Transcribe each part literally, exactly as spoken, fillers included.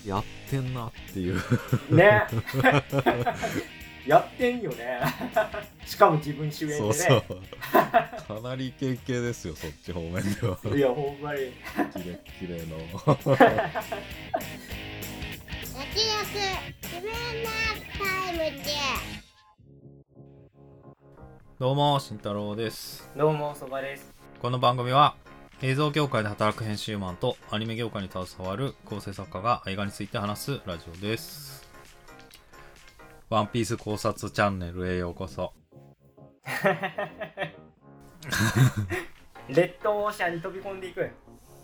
やってんなっていうねやってんよねしかも自分主演でね。 そうそうかなりイケイケですよ、そっち方面では。 いやほんまにキレッキレの焼き自分のタイムで。 どうも慎太郎です。 どうもそばです。 この番組は映像業界で働く編集マンとアニメ業界に携わる構成作家が映画について話すラジオです。ワンピース考察チャンネルへようこそレッドオーシャンに飛び込んでいく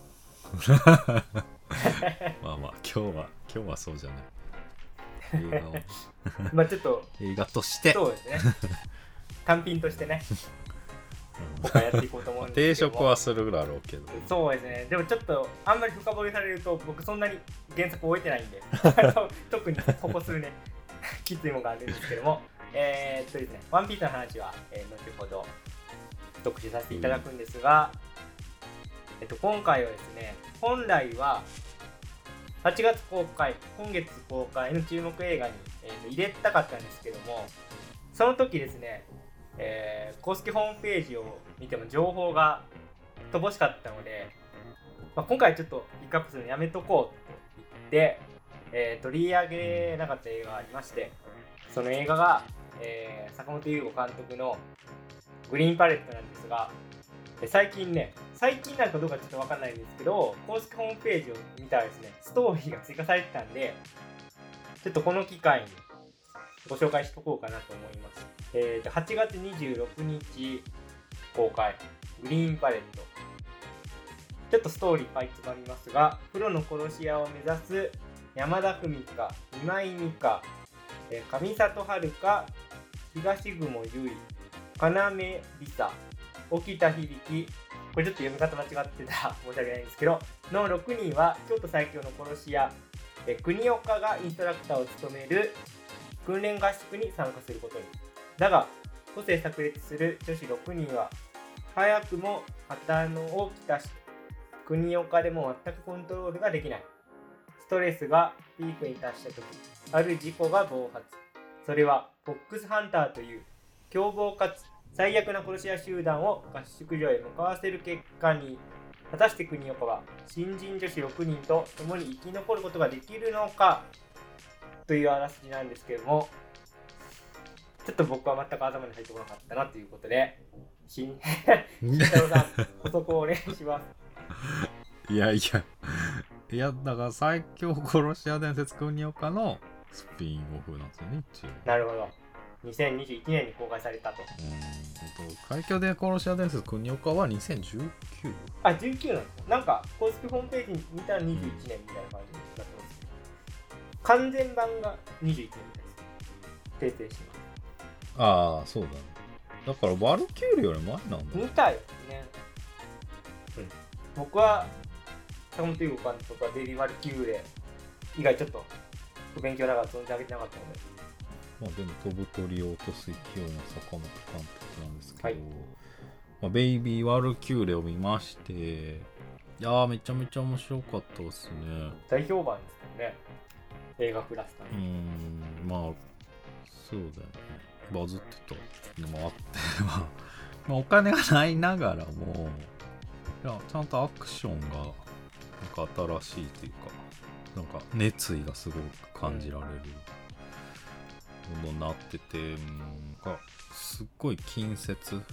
まあまあ今日は今日はそうじゃない映画をまあちょっと映画としてそうですね単品としてね他やっていこうと思うんですけども、 定食はするだろうけど、 そうですね。でもちょっとあんまり深掘りされると僕そんなに原作を終えてないんで特にここ数年きついものがあるんですけどもえー、っとですねワンピースの話は、えー、後ほど特集させていただくんですが、うんえっと、今回はですね本来ははちがつ公開今月公開の注目映画に、えー、と入れたかったんですけども、その時ですねえー、公式ホームページを見ても情報が乏しかったので、まあ、今回ちょっとピックアップするのやめとこうと言って、えー、取り上げなかった映画がありまして、その映画が、えー、坂本優吾監督のグリーンパレットなんですが、最近ね最近なんかどうかちょっと分かんないんですけど公式ホームページを見たらですねストーリーが追加されてたんで、ちょっとこの機会にご紹介しとこうかなと思います。えー、とはちがつにじゅうろくにち公開グリーンパレット。ちょっとストーリーいっぱい詰まりますが、プロの殺し屋を目指す山田文香、今井美香、えー、上里遥香、東雲由衣、要梨沙、沖田響、これちょっと読み方間違ってたら申し訳ないんですけどのろくにんは京都最強の殺し屋、えー、国岡がインストラクターを務める訓練合宿に参加することに。だが個性炸裂する女子ろくにんは早くも破綻をきたし、国岡でも全くコントロールができない。ストレスがピークに達した時、ある事故が暴発。それはフォックスハンターという凶暴かつ最悪な殺し屋集団を合宿所へ向かわせる結果に、果たして国岡は新人女子ろくにんと共に生き残ることができるのかというあらすじなんですけれども、ちょっと僕は全く頭に入ってこなかったなということで、慎太郎さん補足をお願いします。 いやいやいやだから最強殺し屋伝説国岡のスピンオフなんですよね一応。 なるほど。にせんにじゅういちねんに公開されたと。 うん最強で殺し屋伝説国岡はにせんじゅうきゅう。 あ、じゅうきゅうなんですか。なんか公式ホームページに見たらにじゅういちねんみたいな感じになってますけど、完全版がにじゅういちねんみたいです。訂正します。 ああそうだね。だからワルキューレより前なんだ。 見たいですね。うん。僕は坂本優吾監督はデリワルキューレ以外ちょっと勉強ながら存じ上げてなかったので。 まあでも飛ぶ鳥を落とす勢いの坂本監督なんですけど、 はいまあ、ベイビーワルキューレを見まして、いやーめちゃめちゃ面白かったですね。 大評判ですよね。映画クラスターうーんまあそうだよね。バズってたのもあってまあお金がないながらもいやちゃんとアクションがなんか新しいというかなんか熱意がすごく感じられるものになってて、うん、なんかすっごい近接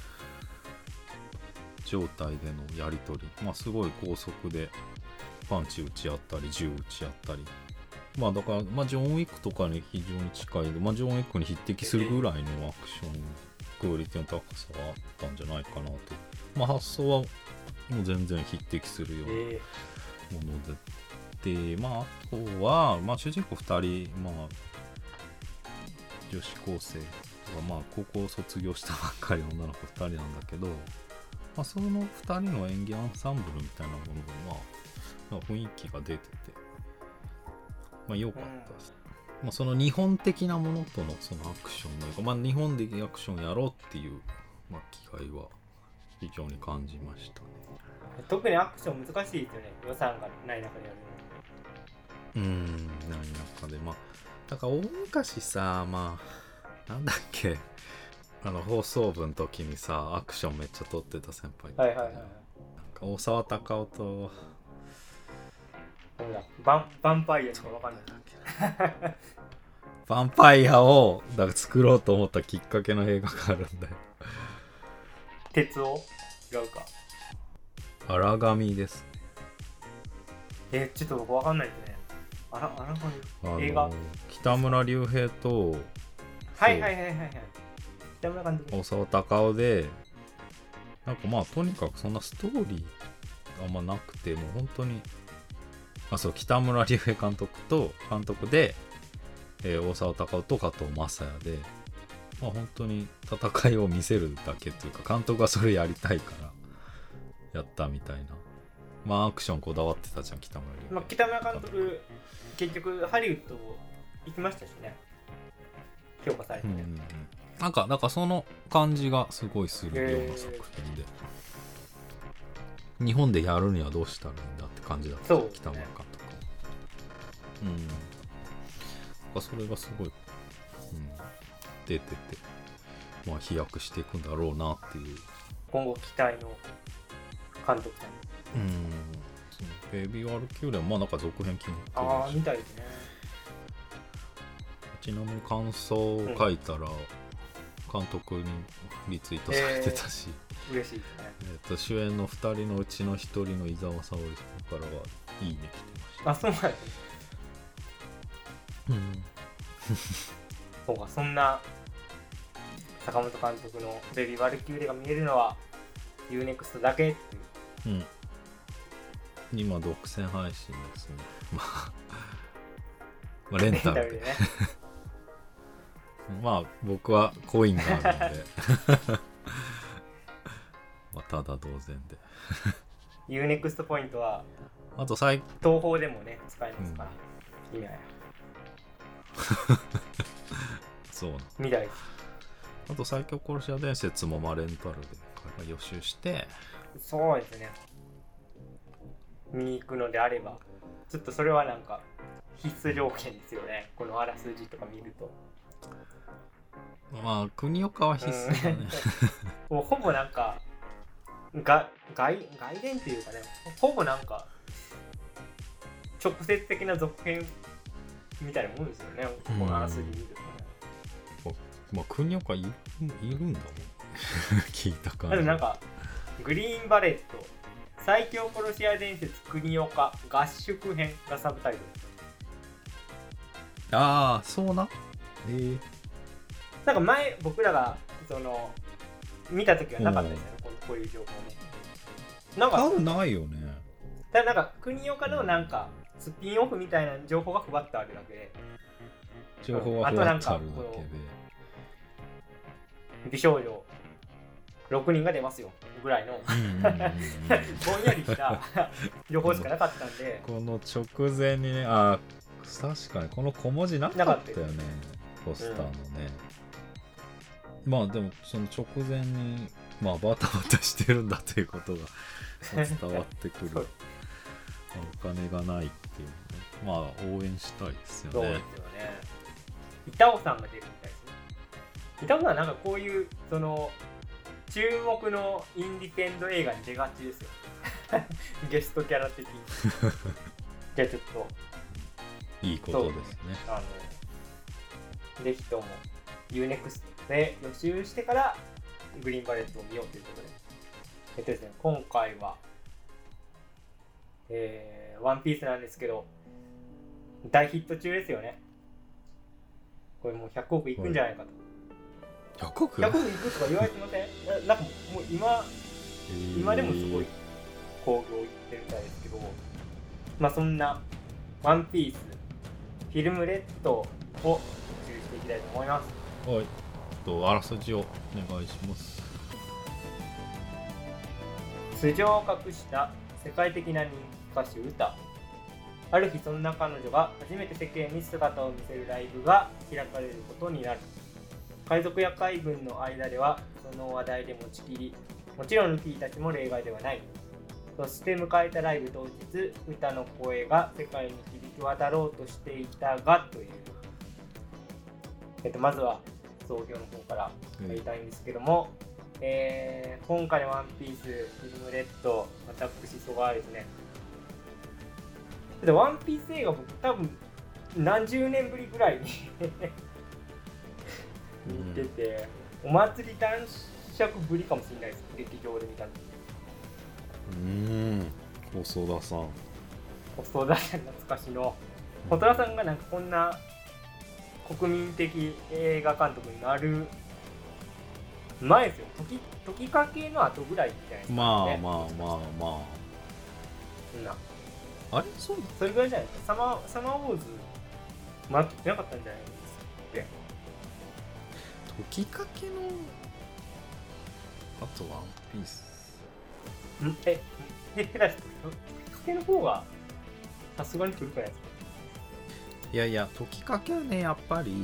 状態でのやり取り、まあすごい高速でパンチ打ち合ったり銃打ち合ったり、まあだから、まあ、ジョン・ウィックとかに非常に近い、まあ、ジョン・ウィックに匹敵するぐらいのアクションクオリティの高さがあったんじゃないかなと。まあ発想はもう全然匹敵するようなもので、で、まああとは、まあ主人公ふたり、まあ女子高生とか、まあ高校を卒業したばっかりの女の子ふたりなんだけど、まあそのふたりの演技アンサンブルみたいなものが、まあ、雰囲気が出てて、まあ良かったです。うん、まあ、その日本的なものとのそのアクションというか、まあ日本でアクションやろうっていう、まあ、気概は非常に感じましたね。 特にアクション難しいですよね。予算がない中でやるうーん何中でまあだから大昔さまあなんだっけあの放送部の時にさアクションめっちゃ撮ってた先輩はいはいはいはい。 なんか大沢たかおとなんだバンヴァンパイアしかわかんない。 ヴァンパイアをだから作ろうと思ったきっかけの映画があるんだよ。 鉄を違うか。 荒神です。 えー、ちょっと僕わかんないですね。あら、あらあの映画北村隆平とはいはいはいはいはい。北村監督。 大沢たかおでなんかまあとにかくそんなストーリーあんまなくてもう本当にあそう北村隆平監督と監督で、えー、大沢たかおと加藤雅也でまあ本当に戦いを見せるだけっていうか監督がそれやりたいからやったみたいなまあアクションこだわってたじゃん北村隆平、 まあ、北村監督結局ハリウッド行きましたしね評価されて、ねうんうんうん、なんかなんかその感じがすごいするような作品で、日本でやるにはどうしたらいいんだって感じだった、 そう、ね、 北村監督うんなんかそれがすごい、うん、出ててまあ飛躍していくんだろうなっていう今後期待の監督さんうんベイビー・ワルキューレンまあなんか続編決まってるしああみたいですねちなみに感想を書いたら監督にリツイートされてたし、 えー、嬉しいですね、 えー、と主演のふたりのうちのひとりの伊沢沙織さんからはいいね来てました。 あそうなんですねうんそうかそんな坂本監督のベビー・ワルキューレが見えるのは ユーネクスト だけっていう、 うん、今独占配信ですねまあまあレンタルでレンタルでねまあ僕はコインがあるんでまあただ同然でユーネクスト ポイントはあと最東宝でもね使えますから、うん、今やそうな未来あと最強殺し屋伝説もまあレンタルで予習してそうですね見に行くのであればちょっとそれはなんか必須条件ですよねこのあらすじとか見るとまあ国岡は必須だね、 うん、もうほぼなんかが 外, 外伝っていうかねほぼなんか直接的な続編みたいなもんですよねこのあらすじ見るとね、 まあ国岡いるいるんだもん聞いた感じだってなんかグリーンバレット最強殺し屋伝説国岡合宿編がサブタイトルああそうなえー、 なんか前僕らがその見た時はなかったですよね、このこういう情報ねなんか多分ないよねただなんか国岡のなんかスピンオフみたいな情報が配ってあるだけで情報は配ってあるだけで美少女ろくにんが出ますよぐらいのぼんやりした情報しかなかったんでこの直前にねあ確かにこの小文字なかったよねポスターのね、うん、まあでもその直前にまあバタバタしてるんだということが伝わってくるお金がないっていうねまあ応援したいですよね。 そうですよね。板尾さんが出るみたいですね。板尾さんはなんかこういうその注目のインディペンド映画に出がちですよゲストキャラ的にじゃあちょっといいことですね。 あのぜひとも ユーネクスト で予習してからグリーンバレットを見ようということでえっとですね今回はえー、ワンピースなんですけど大ヒット中ですよね。これもうひゃくおくいくんじゃないかと。 ひゃくおく ?ひゃくおくいくとか言われてません？なんかもう今、えー、今でもすごい興行いってるみたいですけど、まあそんなワンピースフィルムレッドを注意していきたいと思います。 はい。とあらすじをお願いします。 素性を隠した世界的な人気歌手ウタ。ある日そんな彼女が初めて世間に姿を見せるライブが開かれることになる。海賊や海軍の間ではその話題で持ちきり、もちろんルフィたちも例外ではない。そして迎えたライブ当日、ウタの声が世界に響き渡ろうとしていたがという、えっと、まずは総評の方からやりたいんですけども、うんえー、今回のワンピースフィルムレッド私ソガーですね。でワンピース映画僕多分何十年ぶりぐらいに見てて、うん、お祭り男爵ぶりかもしれないです。劇場で見たの。 うーん細田さん細田さん懐かしの細田さんがなんかこんな国民的映画監督になる前ですよ。時時かけの後ぐらいじゃないですか、ね、 まあまあまあまあそんなあれそうだそれぐらいじゃないですか。サマサマーウォーズまだ撮ってなかったんじゃないですか。 時かけのあとワンピースんええ下手して時かけの方がさすがに古くないですか。 いやいや時かけはねやっぱり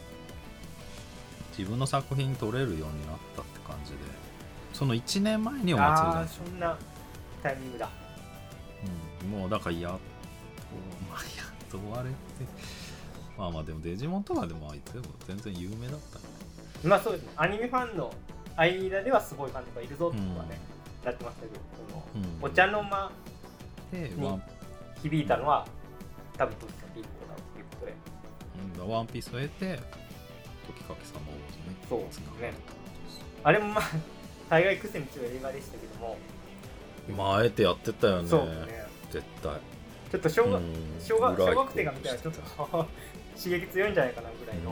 自分の作品撮れるようになったって感じで、そのいちねんまえにお祭りだああそんなタイミングだ。 うん、もうだからやっとまあやっと終われてまあまあでもデジモンとかでもでも全然有名だったね。 まあそうですね。アニメファンの間ではすごいファンとかいるぞっていうのはね、うん、なってましたけど、その、うん、お茶の間に響いたのは多分どっちかっていい方だろうということで、 うん、ワンピースを得て時かけさまをねそうですね。あれもまあ大概癖の強い映画でしたけども、 まああえてやってたよね。 そうね絶対ちょっと小学、うん、小学、小学生が見たらちょっと刺激強いんじゃないかなぐらいの、うん、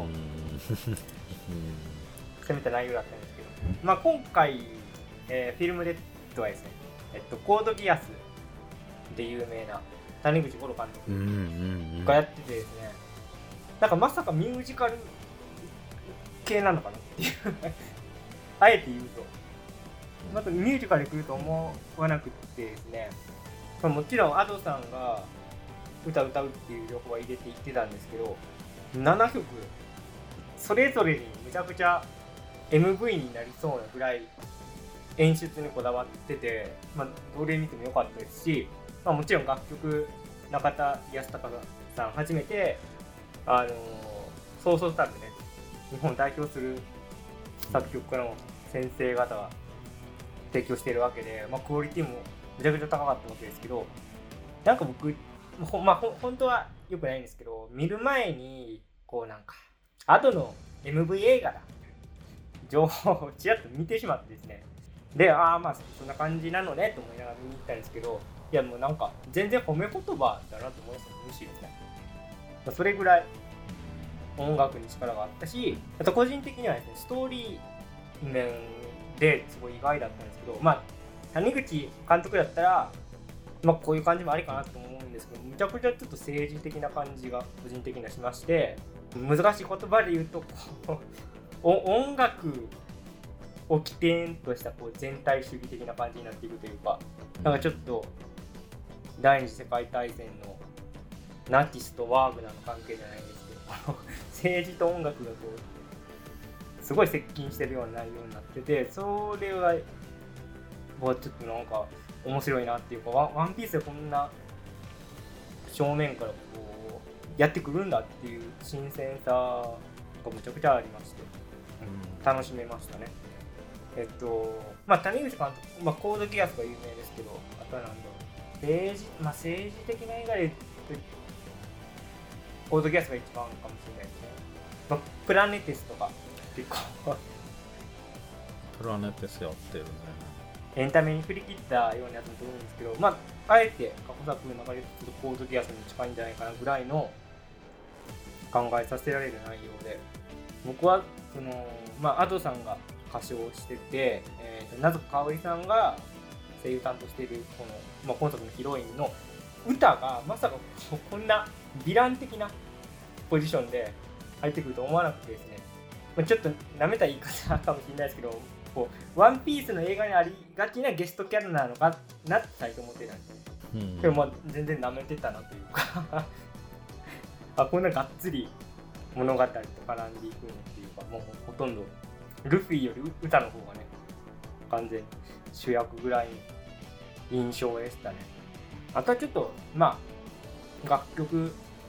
攻めた内容だったんですけど、まあ今回、えー、フィルムレッドはですね、えっと、コードギアスで有名な谷口五郎監督がやっててですね、なんかまさかミュージカル系なのかなっていうあえて言うとまたミュージカルで来ると思わなくてですね、もちろん Ado さんが歌歌うっていう情報は入れて言ってたんですけど、ななきょくそれぞれにむちゃくちゃ エムブイ になりそうなぐらい演出にこだわってて、まあ、どれ見ても良かったですし、まあ、もちろん楽曲中田康隆さん初めてあのー、そうそうたるね日本を代表する作曲家の先生方が提供しているわけで、まあ、クオリティもめちゃくちゃ高かったわけですけど、なんか僕ほ、まあ、ほ本当は良くないんですけど、見る前にこうなんか後の エムブイ 映画だ情報をちらっと見てしまってですね、でああまあそんな感じなのねと思いながら見に行ったんですけど、いやもうなんか全然褒め言葉だなと思います。むしろね、まあ、それぐらい音楽に力があったし、あと個人的にはですねストーリー面ですごい意外だったんですけど、まあ谷口監督だったら、まあ、こういう感じもありかなと思うんですけど、むちゃくちゃちょっと政治的な感じが個人的にはしまして、難しい言葉で言うとこう音楽を起点としたこう全体主義的な感じになっていくというか、なんかちょっと第二次世界大戦のナチスとワーグナーの関係じゃないですけど政治と音楽がこうすごい接近してるような内容になってて、それはもうちょっとなんか面白いなっていうか、ワンピースでこんな正面からこうやってくるんだっていう新鮮さがむちゃくちゃありまして、うん、楽しめましたね。えっとまあ谷口監督、まあ、コードギアスが有名ですけど、あとはなんだろう政治、まあ、政治的な映画でコードギアスが一番かもしれないですね。まあ、プラネテスとか結構プラネテスやってるね。 エンタメに振り切ったようなやつもと思うんですけど、まあ、あえて過去作の中でちょっとコードギアスに近いんじゃないかなぐらいの考えさせられる内容で、僕はその、まあ、Adoさんが歌唱してて、えーと、名塚かおりさんが声優担当しているこの、まあ、今作のヒロインの歌がまさかこんなヴィラン的なポジションで入ってくると思わなくてですね、まあ、ちょっと舐めた言い方かもしれないですけど、こうワンピースの映画にありがちなゲストキャラなのかなって最初思ってたんですね、うん、でもまあ全然舐めてたなというかあ、こんながっつり物語と絡んでいくのっていうか、もうほとんどルフィより歌の方がね完全主役ぐらいの印象でしたね。あとはちょっとまあ楽曲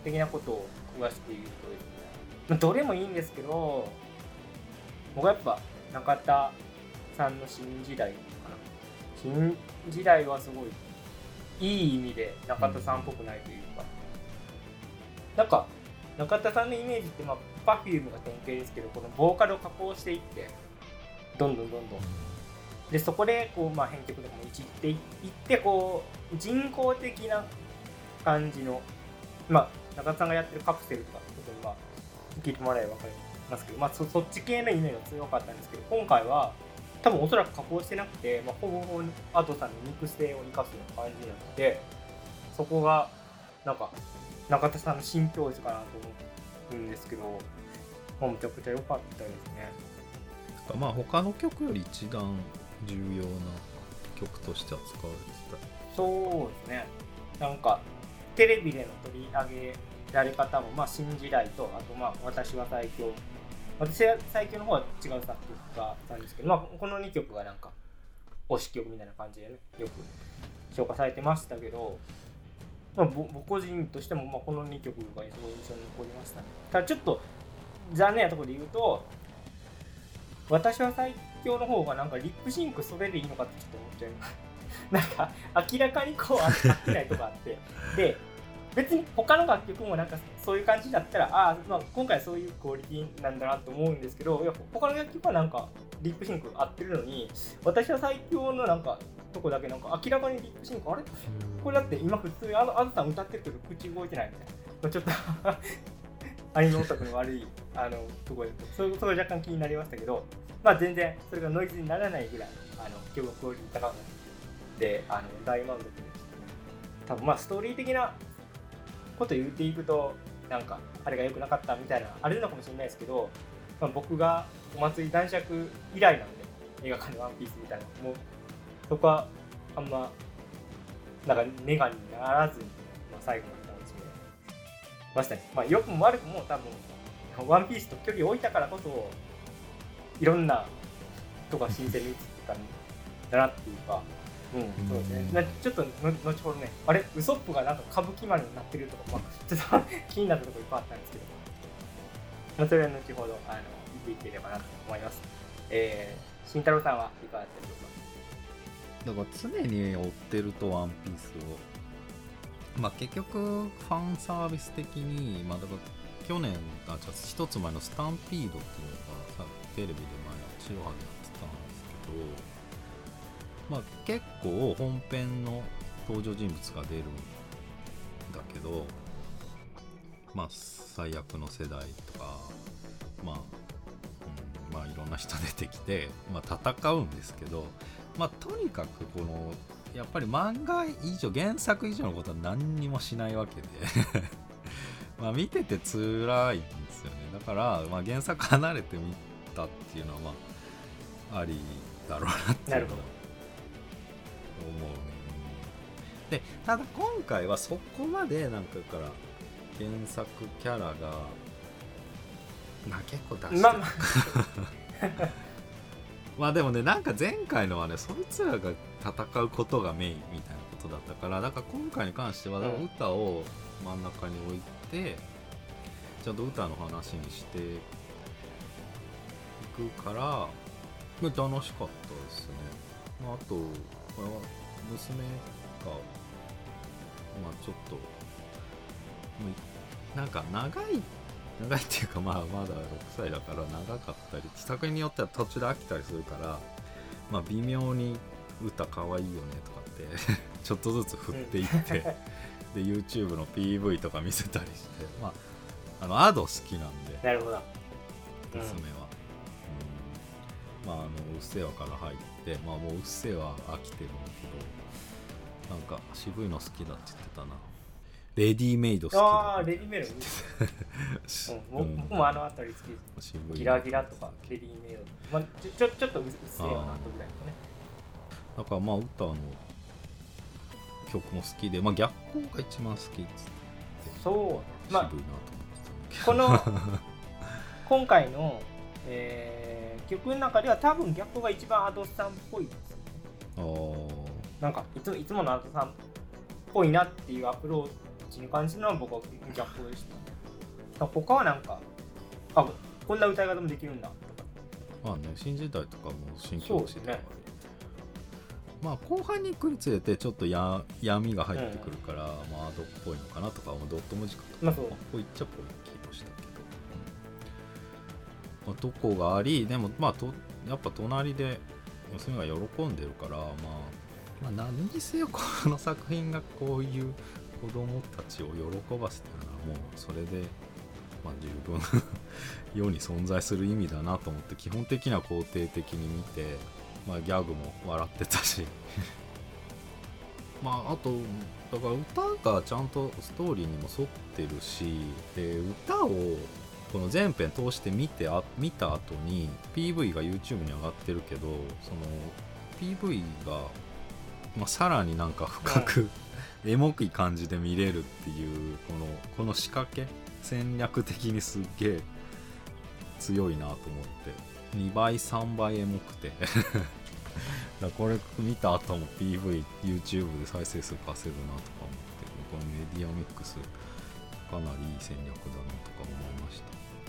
的なことを詳しく言うとですね、まあ、どれもいいんですけど、僕はやっぱ中田さんの新時代かな。新時代はすごいいい意味で中田さんっぽくないというか、なんか中田さんのイメージって、まあ、Perfume が典型ですけど、このボーカルを加工していってどんどんどんどんで、そこでこう、まあ、編曲とかもいじっていってこう人工的な感じの、まあ、中田さんがやってるカプセルとかちょっとまあ聞いてもらえば分かりますけど、まあ、そ, そっち系のイメージが強かったんですけど、今回は多分おそらく加工してなくて、まあ、ほぼほぼアドさんの肉声を生かすような感じなので、そこがなんか中田さんの新境地かなと思うんですけど、まあ、めちゃくちゃ良かったですね。 まあ他の曲より一段重要な曲としては使われてた。 そうですね。なんかテレビでの取り上げられ方も、まあ、新時代と、あとまあ私は最強、私は最強の方は違う作曲家なんですけど、まあ、このにきょくがなんか推し曲みたいな感じでね、よく紹介されてましたけど、まあ、僕個人としてもまあこのにきょくがすごい印象に残りましたね。ただちょっと残念なところで言うと、私は最強の方がなんかリップシンクそれでいいのかってちょっと思っちゃいます。なんか明らかにこう合ってないとこあって、で別に他の楽曲もなんかそういう感じだったら、ああ、まあ、今回そういうクオリティなんだなと思うんですけど、いや他の楽曲はなんかリップシンク合ってるのに、私は最強のなんかとこだけなんか明らかにリップシンク、あれこれだって今普通にあのあずさん歌ってるけど口動いてないみたいな、まあ、ちょっとアニメオタクの悪いあのところで、それが若干気になりましたけど、まあ全然それがノイズにならないぐらいあの曲のクオリティ高くて、あの大満足でしたね。多分まあストーリー的なこと言っていくとなんかあれが良くなかったみたいなあるのかもしれないですけど、まあ、僕がお祭り男爵以来なんで映画館のワンピースみたいな、もうそこはあんまなんかネガにならずに、まあ、最後まで楽しめましたね。まあ良くも悪くも多分ワンピースと距離を置いたからこそいろんな人が新鮮に映ってたんだなっていうか、うん、そうですね。ちょっと後ほどね、あれウソップがなんか歌舞伎マネになってるとか、まあ、ちょっと気になったところいっぱいあったんですけど、まあ、それは後ほどあの見ていければなと思います。えー、慎太郎さんはいかがだったでしょうか。 だから常に追ってるとワンピースを、まあ結局ファンサービス的に、まあだから去年あじゃあ一つ前のスタンピードっていうのがさテレビで前白羽でやってたんですけど。まあ、結構本編の登場人物が出るんだけど、まあ最悪の世代とか、まあ、うん、まあいろんな人出てきて、まあ、戦うんですけど、まあとにかくこのやっぱり漫画以上原作以上のことは何にもしないわけでまあ見てて辛いんですよね。だから、まあ、原作離れてみたっていうのはまあありだろうなっていうのは思うね。でただ今回はそこまでなんかから原作キャラがまあ結構出してる、まあ、まあまあでもねなんか前回のはねそいつらが戦うことがメインみたいなことだったから、だから今回に関しては歌を真ん中に置いてちゃんと歌の話にしていくから楽しかったですね。まあ、あとこれは娘がまあちょっとなんか長い長いっていうかまあまだろくさいだから長かったり作品によっては途中で飽きたりするから、まあ微妙に歌かわいいよねとかってちょっとずつ振っていってで YouTube の ピーブイ とか見せたりして、まああのアド好きなんで。 なるほど。 娘は、うん、まああのうっせぇわから入ってまあもううっせぇは飽きてるんだけど、なんか渋いの好きだって言ってたな。レディメイド好きだ。 ああレディメイドいいですね、うん、僕もあのあたり好きです。ギラギラとかレディメイド、まあ、ちょちょちょっとうっせぇわなとぐらいのね。 だからまあ歌の曲も好きで、まあ逆光が一番好きっつってそう、まあ、 渋いなと思ってたんだけどこの今回の、えー、曲の中では多分逆光が一番アドさんっぽいですよね。なんかいつもいつものアドさんっぽいなっていうアプローチちに感じるのは僕は逆でした。他はなんかあこんな歌い方もできるんだとか。 まあね新時代とかも新境地とか、 ね、 まあ後半に行くにつれてちょっとや闇が入ってくるから、うん、まあドっぽいのかなとかドット文字かとか、 まあ、そうぽいっちゃぽい気もしたけど、うんまあ、とこがありでもまあとやっぱ隣で娘が喜んでるから、まあ、まあ何にせよこの作品がこういう子供たちを喜ばせてるのはもうそれで、まあ、十分世に存在する意味だなと思って基本的には肯定的に見て、まあ、ギャグも笑ってたしまああとだから歌がちゃんとストーリーにも沿ってるしで歌をこの全編通して見てあ見た後に ピーブイ が YouTube に上がってるけどその ピーブイ が、まあ、さらになんか深くエモくい感じで見れるっていうこのこの仕掛け戦略的にすっげえ強いなと思ってにばいさんばいエモくてだこれ見た後も ピーブイYouTube で再生数稼ぐなとか思ってこのメディアミックスかなりいい戦略だなとか思いました。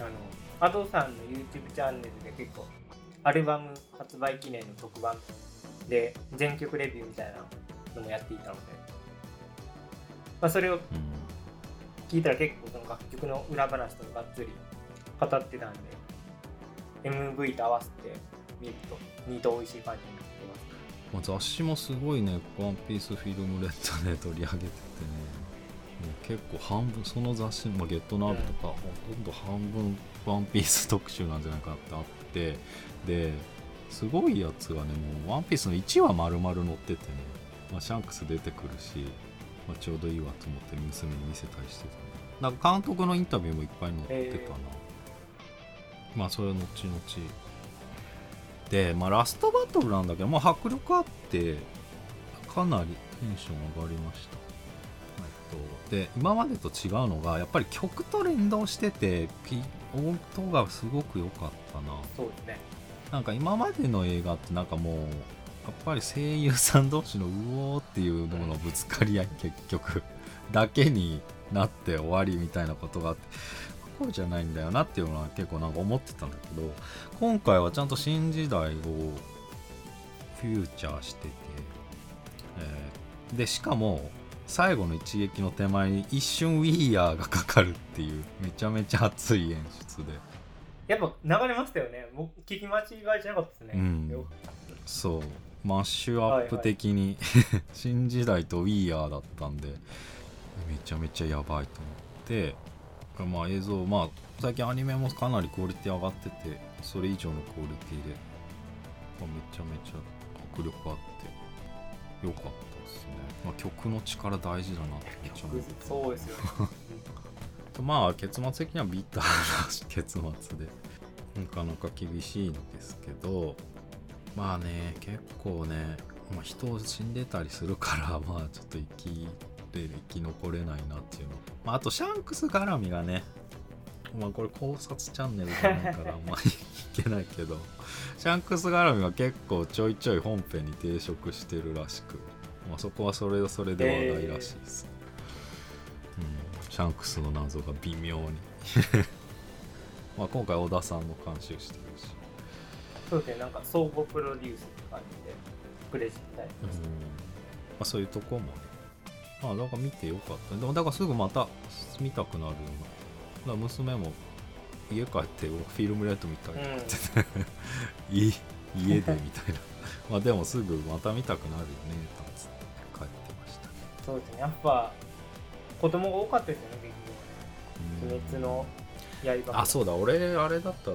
あのアドさんの YouTube チャンネルで結構アルバム発売記念の特番で全曲レビューみたいなのもやっていたので、まあ、それを聞いたら結構その楽曲の裏話とかがっつり語ってたんで エムブイ と合わせて見ると二度美味しい感じになってます。 まあ、雑誌もすごいねワンピースフィルムレッドで取り上げててね結構半分その雑誌、まあ、ゲットナーブとか、うん、ほとんど半分ワンピース特集なんじゃないかってあってですごいやつがねもうワンピースのいちわ丸々載っててね、まあ、シャンクス出てくるし、まあ、ちょうどいいわと思って娘に見せたりしてたね。なんか監督のインタビューもいっぱい載ってたな、えー、まあそれは後々で、まあ、ラストバトルなんだけど、まあ、迫力あってかなりテンション上がりました。で今までと違うのがやっぱり曲と連動してて音がすごく良かったな。 そうですね。 なんか今までの映画ってなんかもうやっぱり声優さん同士のうおーっていうののぶつかり合い結局だけになって終わりみたいなことがあってこうじゃないんだよなっていうのは結構なんか思ってたんだけど今回はちゃんと新時代をフューチャーしてて、えー、でしかも最後の一撃の手前に一瞬ウィーヤーがかかるっていうめちゃめちゃ熱い演出でやっぱ流れましたよね。僕聞き間違いじゃなかったですね、うん、 そうマッシュアップ的に、はいはい、新時代とウィーヤーだったんでめちゃめちゃやばいと思ってまあ映像まあ最近アニメもかなりクオリティ上がっててそれ以上のクオリティで、まあ、めちゃめちゃ迫力あってよかったですね。まあ、曲の力大事だなってめっちゃ思ってそうですよねまあ結末的にはビターな結末でなかなか厳しいんですけどまあね結構ね、まあ、人死んでたりするからまあちょっと生きれる生き残れないなっていうの、まあ、あとシャンクス絡みがねまあこれ考察チャンネルじゃないからあんまりいけないけどシャンクス絡みは結構ちょいちょい本編に抵触してるらしく、まあ、そこはそれはそれで話題らしいです、えーうん、シャンクスの謎が微妙にまあ今回小田さんも監修してるしそうですねなんか総合プロデュースって感じでクレジットタイプです、うんまあ、そういうとこもねまあだから見てよかったでもだからすぐまた見たくなるようなだから娘も家帰ってフィルムレッド見たりとかって、うん、家, 家でみたいなまあでもすぐまた見たくなるよねとつって帰ってました。 そうですねやっぱ子供が多かったですよね劇場ね。鬼滅の刃あそうだ俺あれだったの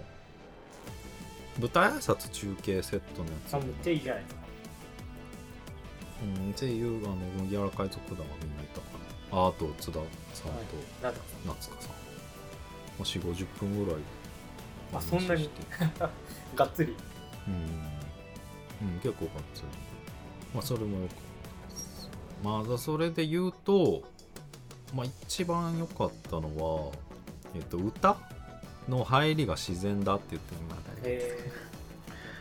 舞台挨拶中継セットのやつあめっちゃいいじゃないですか。 うんっていうあの麦わら海賊団はみんないたからああと津田さんと夏香さん、まあ、よんじゅうごじゅっぷんぐらいあそんなにがっつりうん、うん、結構がっつりまあそれもよかったですまあそれで言うとまあ一番良かったのはえっと歌の入りが自然だって言ってみましたね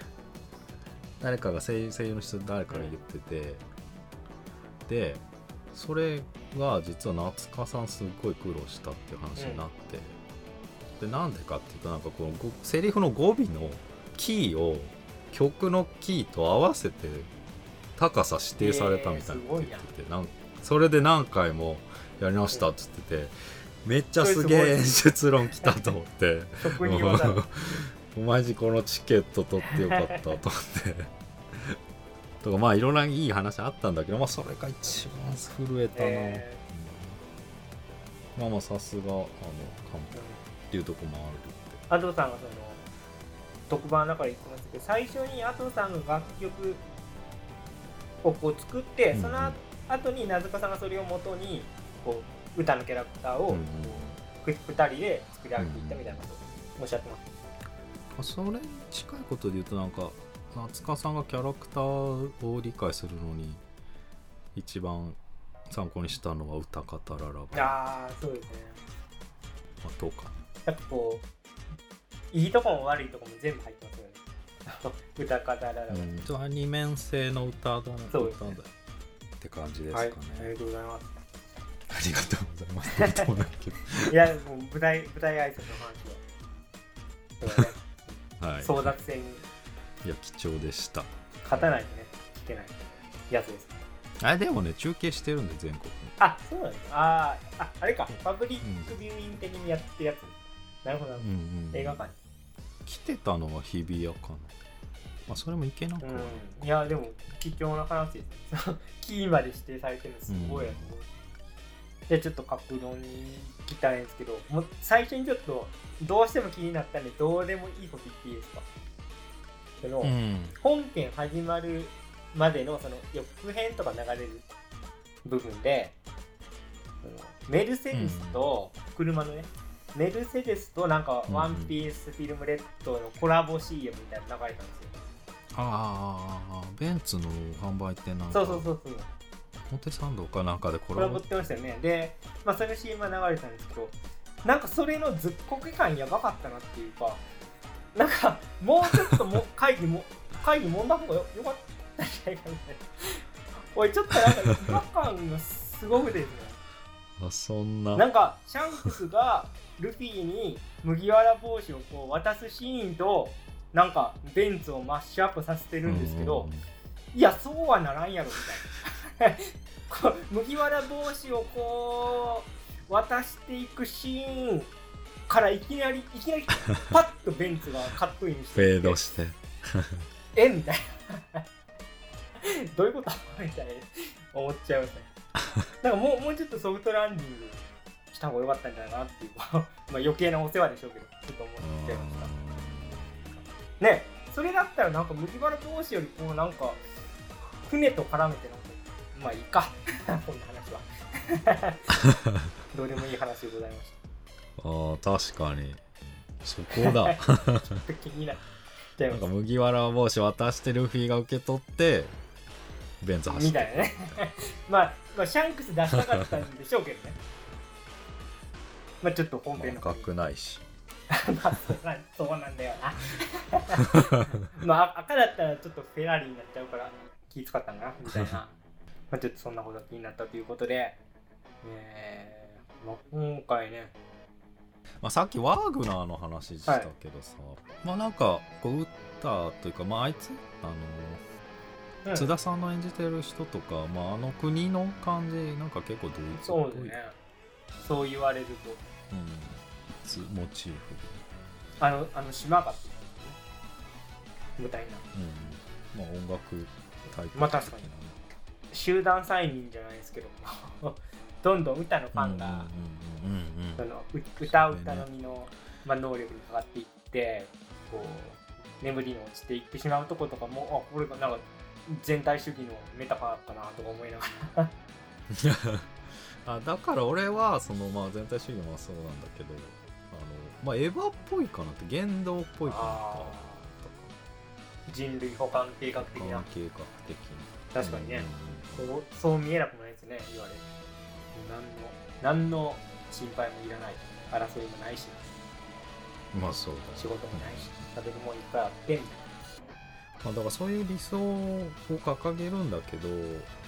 誰かが声優、声優の人誰かが言ってて、うん、でそれが実は夏香さんすっごい苦労したっていう話になって、うん、でなんでかっていうとなんかこのセリフの語尾のキーを曲のキーと合わせて高さ指定されたみたいなこと言ってて、なんそれで何回もやり直したって言ってて、めっちゃすげえ演出論来たと思ってお前じこのチケット取ってよかったと思ってとかまあいろんないい話あったんだけど、まあそれが一番震えたな、えーうん、まあまあさすがあの完璧っていうとこもあるって。 アドさんがその特番の中で言ってましたけど、最初にアドさんが楽曲をこう作って、うんうん、その後に名塚さんがそれを元にこう歌のキャラクターをこう、うん、ふたりで作り上げていったみたいなことをおっしゃってます。 それに近いことで言うとなんか夏香さんがキャラクターを理解するのに一番参考にしたのは歌語ららば。 ああそうですね。 まあ、どうかやっぱこういいとこも悪いとこも全部入ってますよね歌語ららば、 うん、二面性の歌だ、ね、 そうですねって感じですかね、はい、 ありがとうございます。 ありがとうございますってこともないけどいやもう舞台舞台挨拶の話は、ねはい、 争奪戦にいや貴重でした。 勝たないとね聞けないやつです。 あれでもね中継してるんで全国に。 あそうなんです。あああれかパブリックビューイング的にやってるやつ、うん、なるほど、うんうん、映画館に来てたのは日比谷かな。まあそれもいけなくは、 うん、いやでも貴重な話ですねキーまで指定されてるのすごいやつ、うん、でちょっと格論に聞きたいんですけど、もう最初にちょっとどうしても気になったんでどうでもいいこと言っていいですか。その、うん、本編始まるまでのその予告編とか流れる部分でメルセデスと車のね、うん、メルセデスとなんかワンピースフィルムレッドのコラボ シーエム みたいなの流れたんですよ。 ああベンツの販売ってなんかそうそうそうそう表参道かなんかでコラボコラボってましたよね。で、まあ、その シーエム は流れたんですけど、なんかそれのずっこけ感やばかったなっていうか、なんかもうちょっとも会議も会議もんだ方が よ, よかったんじゃないかみたいなおいちょっとなんか違和感がすごくですねあそんななんかシャンクスがルフィに麦わら帽子をこう渡すシーンとなんかベンツをマッシュアップさせてるんですけど、いやそうはならんやろみたいなこう麦わら帽子をこう渡していくシーンからいきなりいきなりパッとベンツがカットインしてフェードしてえみたいなどういうことみたいな思っちゃいますね。なんかもうもうちょっとソフトランディングした方が良かったんじゃないかなっていうまあ余計なお世話でしょうけどちょっと思っちゃいましたね。それだったらなんか麦わら帽子よりこうなんか船と絡めてなんかまあいいかこんな話はどうでもいい話でございました。 あ確かにそこだちょっと気になっちゃいます。 なんか麦わら帽子渡してルフィが受け取ってベンツ走ってみたいなねまあ、まあシャンクス出したかったんでしょうけどねまあちょっと本編の赤くないしまあそうなんだよなまあ赤だったらちょっとフェラーリになっちゃうから気使ったんかなみたいなまあちょっとそんなことが気になったということで、えーまあ、今回ね、 まあ、さっきワーグナーの話したけどさ、はい、まあなんかこう歌というかまああいつあの、うん、津田さんの演じてる人とか、まあ、あの国の感じなんか結構ドイツっぽい。 そうですねそう言われると、 うん、モチーフあのあの島が舞台な、 うん、まあ音楽タイプまあ確かに集団催眠じゃないですけどどんどん歌のファンが歌う歌のみの、まあ、能力にかかっていってこう眠りに落ちていってしまうとことかもあこれがなんか全体主義のメタファーかなとか思いながらあだから俺はその、まあ、全体主義もそうなんだけどあの、まあ、エヴァっぽいかなって言動っぽいかなと人類補完計画的な計画的な確かにね、うん、そう、そう見えなくないですね言われる何の何の心配もいらない争いもないしまあそうだ、ね、 仕事もないし食べるもんいっぱいあってみたいな、 まあ、だからそういう理想を掲げるんだけど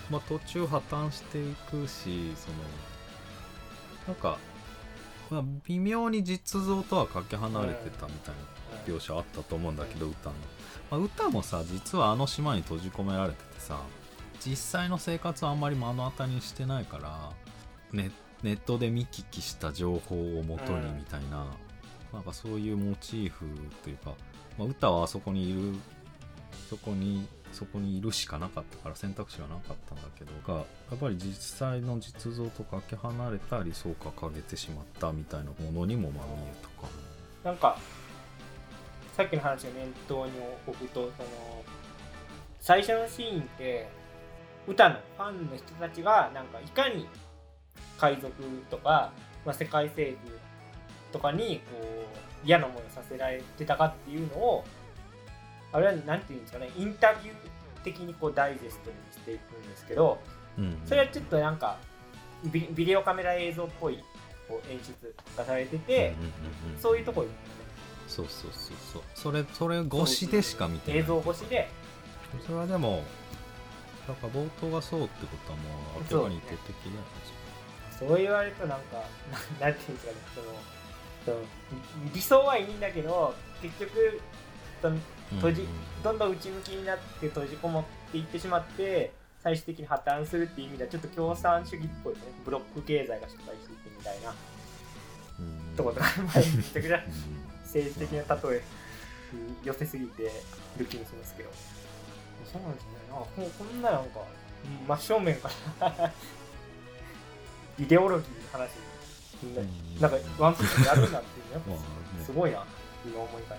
まあ、途中破綻していくし、そのなんか、まあ、微妙に実像とはかけ離れてたみたいな描写あったと思うんだけど、歌の、まあ、歌もさ実はあの島に閉じ込められててさ、実際の生活はあんまり目の当たりにしてないから、ネ, ネットで見聞きした情報をもとにみたいな、うん、なんかそういうモチーフというか、まあ、歌はあそこにいるそこにそこにいるしかなかったから選択肢がなかったんだけどが、やっぱり実際の実像とかけ離れた理想化を掲げてしまったみたいなものにもまあ見えたかな。なんかさっきの話を念頭に置くと、その最初のシーンって歌のファンの人たちがなんかいかに海賊とか、まあ、世界政府とかにこう嫌な思いをさせられてたかっていうのを、あれはなんていうんですかね、インタビュー的にこうダイジェストにしていくんですけど、うん、それはちょっとなんか ビ, ビデオカメラ映像っぽいこう演出がされてて、うんうんうんうん、そういうところですよね。 そうそうそうそう、それそれ越しでしか見てない。 映像越しで。 それはでもなんか冒頭がそうってことはもう明らかに意図的だよね。 そう言われるとなんか な, なんていうんですかね、そのその理想はいいんだけど結局その閉じ、うんうん、どんどん内向きになって閉じこもっていってしまって最終的に破綻するっていう意味ではちょっと共産主義っぽいね、ブロック経済が失敗していくみたいな、うん、ところがめちゃくちゃ政治的な例えに寄せすぎてる気もしますけど、そうなんですね。あ、こ, こんななんか真正面からイデオロギーの話に、うん、なんかワンピースでやるんだっていうやっぱすごいな今思い返す。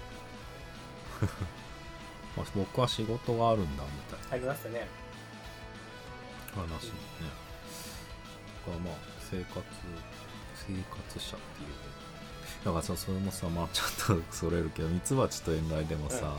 まあ僕は仕事があるんだみたいなありましたね話ね。だからまあ生活生活者っていうだからさ、それもさ、まあちょっとそれるけど、ミツバチと遠雷でもさ、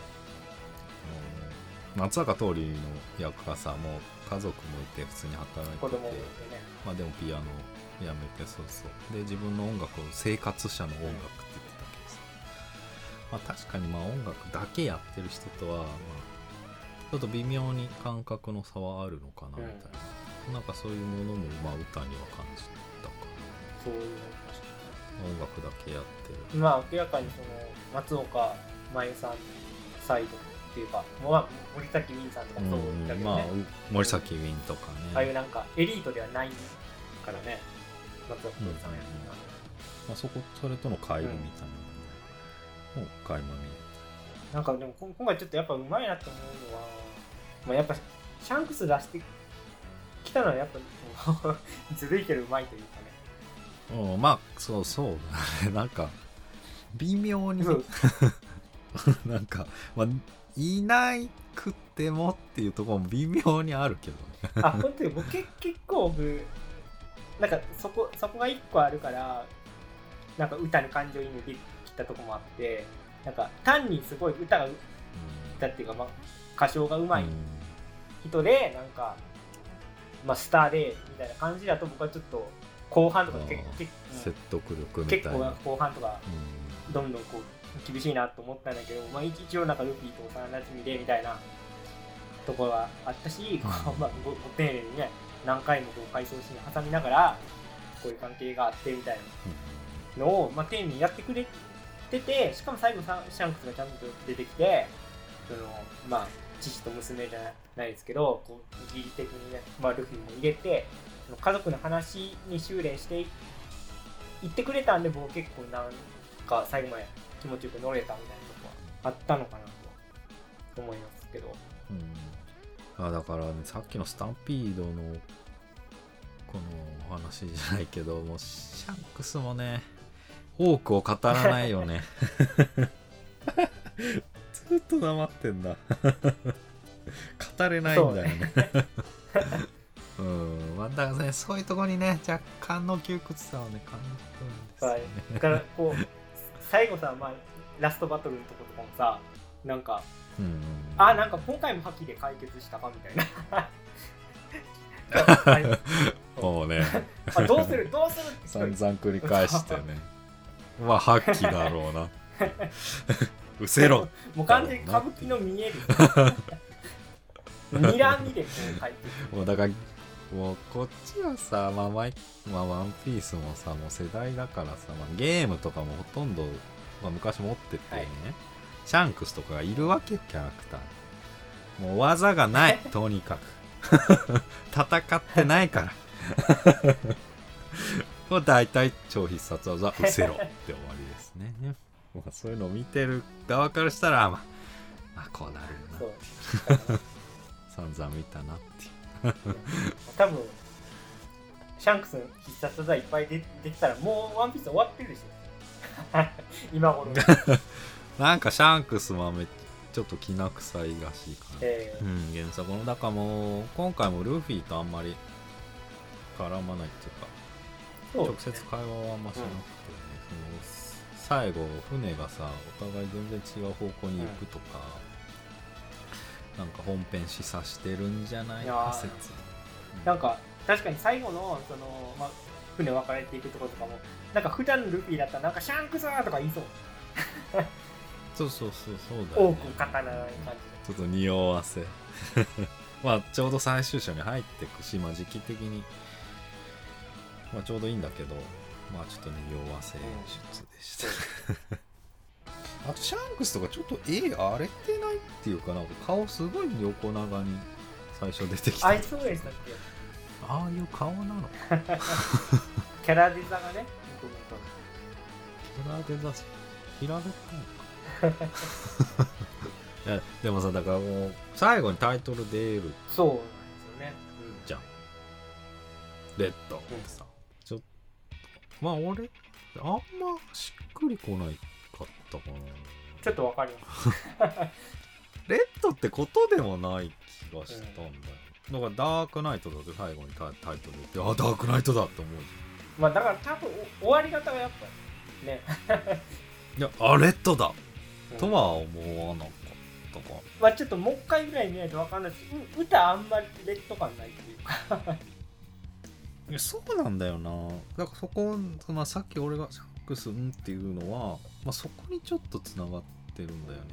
うん、松坂桃李の役がさ、もう家族もいて普通に働いてて、 子供もいてね、 まあでもピアノやめて、そうそうで自分の音楽を生活者の音楽って言ってたけどさ、まあ確かにまあ音楽だけやってる人とは、まあちょっと微妙に感覚の差はあるのかなみたいな、うん、なんかそういうものもまあ歌には感じたかな。 そういう音楽だけやってる。 まあ明らかにその松岡茉優さんサイドっていうか、まあ、森崎ウィンさんとかもそうだけどね、 うんまあ、森崎ウィンとかね、 ああいうなんかエリートではないからね、松岡ウィンさんやるのが、 まあ、そこそれとの乖離みたいなのも垣間見えた。なんかでも今回ちょっとやっぱうまいなって思うのは、まあ、やっぱシャンクス出してきたのはやっぱずるいけどうまいというかね。 うん、まあそうそうだね。なんか微妙になんか、まあ、いないくってもっていうところも微妙にあるけどね。 あ、本当に僕結構僕なんかそこそこが一個あるからなんか歌に感情移入できたとこもあって、なんか単にすごい歌が、うん、歌っていうか、まあ、歌唱がうまい人でなんか、まあ、スターでみたいな感じだと僕はちょっと後半とか結構説得力みたいな、 結構後半とかどんどんこう厳しいなと思ったんだけど、まあ、一応なんかルフィと幼馴染でみたいなところがあったし、うん、まあ、ご, ご丁寧にね何回もこう回想シーン挟みながらこういう関係があってみたいなのを、まあ、丁寧にやってくれてて、しかも最後シャンクスがちゃんと出てきて、そのまあ父と娘じゃないですけどこう疑似的にね、まあ、ルフィも入れて家族の話に修練していってくれたんで、僕結構なんか最後まで気持ちよく乗れたみたいなとこはあったのかなと思いますけど、 うん、あだからね、さっきのスタンピードのこの話じゃないけど、もうシャンクスもね多くを語らないよね。ずっと黙ってんだ。語れないんだよね。うん、まあ、だからね、そういうところにね若干の窮屈さをね感じるんですよね。はい、 だからこう最後さ、まあ、ラストバトルのとことかもさ、なんか、うんうん、あ、なんか今回も覇気で解決したかみたいな。 もうねあ、どうするどうするって散々繰り返してね。まあ覇気だろうな。うせろ。 もう完全に歌舞伎の見える。 睨みでこう書いてる。 もうだからもうこっちはさ、まあマイまあ、ワンピースもさもう世代だからさ、まあ、ゲームとかもほとんど、まあ、昔持っててね、はい、シャンクスとかがいるわけよキャラクター。もう技がないとにかく戦ってないからもう大体超必殺技うせろって終わりですね。まあそういうのを見てる側からしたらまあ、まあ、こうなるよなっていう散々見たなっていう多分シャンクスの必殺技いっぱいでできたらもうワンピース終わってるでしょ今頃なんかシャンクスはめちょっときな臭いらしいかな、 えーうん、原作のだからもう今回もルフィとあんまり絡まないっていうかそう直接会話はあんましなくて、ね、うん、その最後船がさお互い全然違う方向に行くとか、うん、なんか本編示唆してるんじゃないか説、 うん、なんか確かに最後のその、まあ、船分かれていくところとかもなんか普段のルフィだったらなんかシャンクスーとか言いそうそうそうそうそうだよね。 多く刀の感じちょっと匂わせまあちょうど最終章に入ってくし、まあ時期的にまあちょうどいいんだけど、まあちょっと匂わせ術でした、うん、あとシャンクスとかちょっと絵荒れてないっていうかなんか顔すごい横長に最初出てきた。 あいそうでしたっけ。 ああいう顔なのキャラデザがねキャラデザ平べったいのかいやでもさだからもう最後にタイトル出るそうなんですよね、 うん、じゃんレッドってさ、うん、ちょっとまあ俺あんましっくりこないかったかな。 ちょっとわかりますレッドってことでもない気がしたんだよ、うん、だからダークナイトだって最後に タ, タイトルであダークナイトだって思うじゃん。まあだから多分終わり方がやっぱねいやあレッドだ、うん、とは思わなかったか。 まあちょっともう一回ぐらい見ないと分かんないし、う歌あんまりレッド感ないっていうかいやそうなんだよな。だからそこ、まあ、さっき俺がシャンクスんっていうのは、まあ、そこにちょっとつながってるんだよね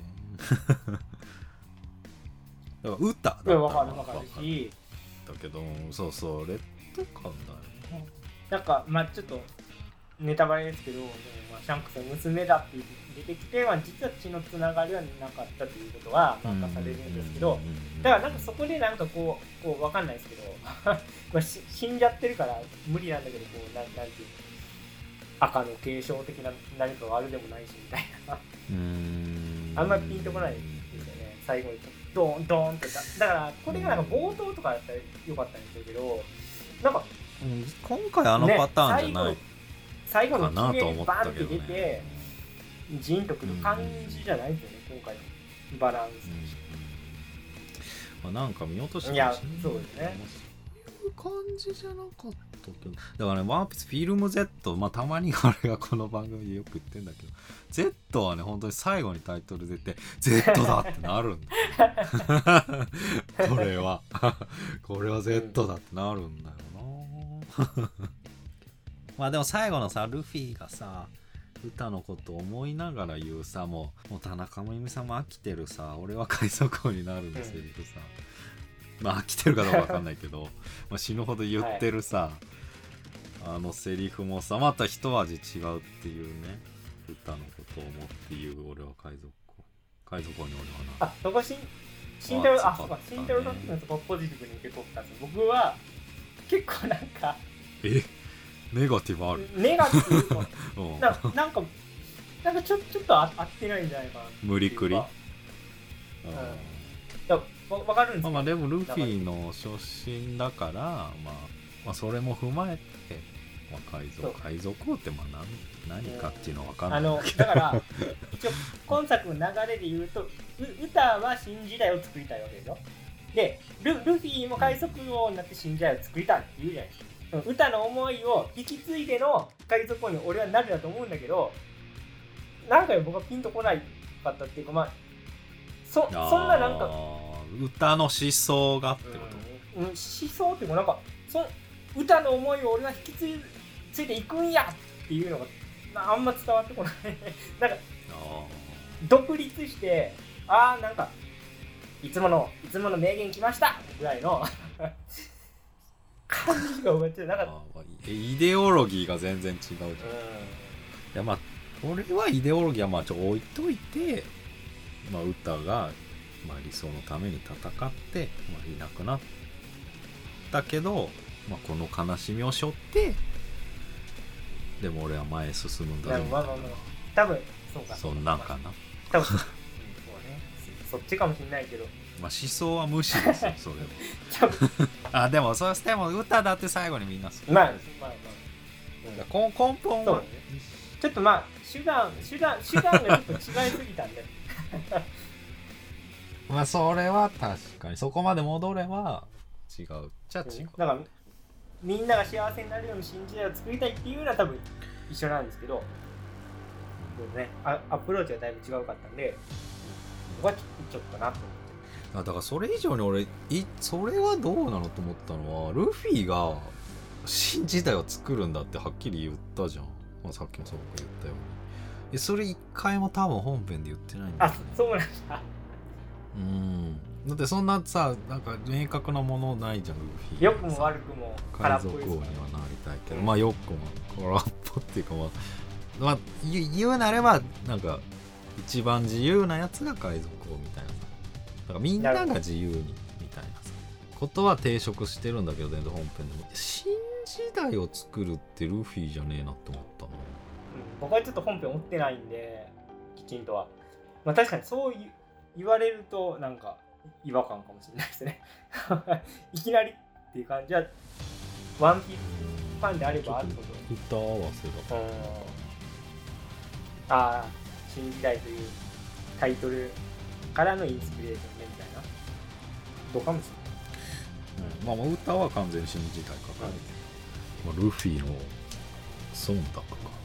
だから歌だったら分かる分かるしだけどそうそうレッド感だよね。 なんかまあちょっとネタバレですけど、でもまあシャンクスの娘だって出てきて、まあ、実は血のつながりはなかったということは明かされるんですけど、だからなんかそこでなんかこう、こう分かんないですけどまあし死んじゃってるから無理なんだけど、こうな ん, なんていう赤の継承的な何かがあるでもないしみたいなうーんあんまりピンとこないですよね最後にドーンドーンってだだからこれがなんか冒頭とかだったらよかったんですけど、なんか、 うん、今回あのパターンじゃない、ね、 最後の決めにバンって出てジーンとくる感じじゃないですよね、うん、今回のバランス、 うんまあ、なんか見落としていやそうですねそういう感じじゃなかったけど、だからねワンピースフィルム Z、まあたまにあれがこの番組でよく言ってんだけど Z はね本当に最後にタイトル出て Z だってなるんだこれはこれは Z だってなるんだよなまあでも最後のさルフィがさ歌のことを思いながら言うさもう、もう田中真由美さんも飽きてるさ俺は海賊王になるんですけどさ、うん、まあ飽きてるかどうか分かんないけどまあ死ぬほど言ってるさ、はい、あのセリフもさまた一味違うっていうね歌のことを思って言う俺は海賊王海賊王に俺はなあそこしん慎太郎あそうか慎太郎さんのそこポジティブに受け取ったんです。僕は結構なんかえネガティブあるネガティブな, なんかなんかちょちょっと合ってないんじゃないかな無理くり、うん、 わ分かるんですか、 まあ、でもルフィの初心だから、まあ、まあそれも踏まえて、まあ、海賊海賊王ってまあ 何, 何かっていうのは分かんないんだけど、 あのだから一応今作の流れで言うと歌は新時代を作りたいわけでしょ。で ル, ルフィも海賊王になって新時代を作りたいって言うじゃないですか。歌の思いを引き継いでの海賊王に俺はなるだと思うんだけど、なんか僕はピンとこないかったっていうか、まあ そ, そんななんか歌の思想がってこと、 うん、思想っていうかなんかそ歌の思いを俺は引き継いついていくんやっていうのがあんま伝わってこないなんか独立してああなんかいつものいつもの名言来ましたぐらいの感じしか覚えてなかった。 あイデオロギーが全然違うじゃん。うん、いやまあ俺はイデオロギーはまあちょっと置いといて、まあ、歌が、まあ、理想のために戦って、まあ、いなくなったけど、まあ、この悲しみを背負ってでも俺は前へ進むんだぞみたいな。まあまあまあ多分そうか。 そんなんかな。 多分、うん、そうね。そっちかもしれないけど。 まあ思想は無視ですよそれは。あでもそうしても歌だって最後にみんな好き。 まあまあまあ。 うん、だ根本は、ね、 ちょっとまあ手段手段手段がちょっと違いすぎたんで。 まあそれは確かにそこまで戻れば違うじゃ違う。 だからみんなが幸せになるように新時代を作りたいっていうのは多分一緒なんですけど、そうね、アアプローチはだいぶ違うかったんで、僕はちょっとなと思って。 あだからそれ以上に俺いそれはどうなのと思ったのはルフィが新時代を作るんだってはっきり言ったじゃん、まあ、さっきもそう言ったようにそれ一回も多分本編で言ってないんだよね。 あそうなんだ。 うんだってそんなさなんか明確なものないじゃんルフィ。 良くも悪くも空海賊王にはなりたいけど、 うん、 まあよくも空っぽっていうかまあ、まあ、言うなればなんか一番自由なやつが海賊王みたいなさ、だからみんなが自由にみたいなさことは抵触してるんだけど全然本編でも新時代を作るってルフィじゃねえなって思ったの、うん、 僕はちょっと本編追ってないんできちんとは、まあ、確かにそういう言われるとなんか違和感かもしれないですねいきなりっていう感じはワンピースファンであればあるほど歌合わせだからああ新時代というタイトルからのインスピレーションねみたいなどうかもしれない、 うん、まあまあ歌は完全に新時代かかる、うんまあ、ルフィの忖度か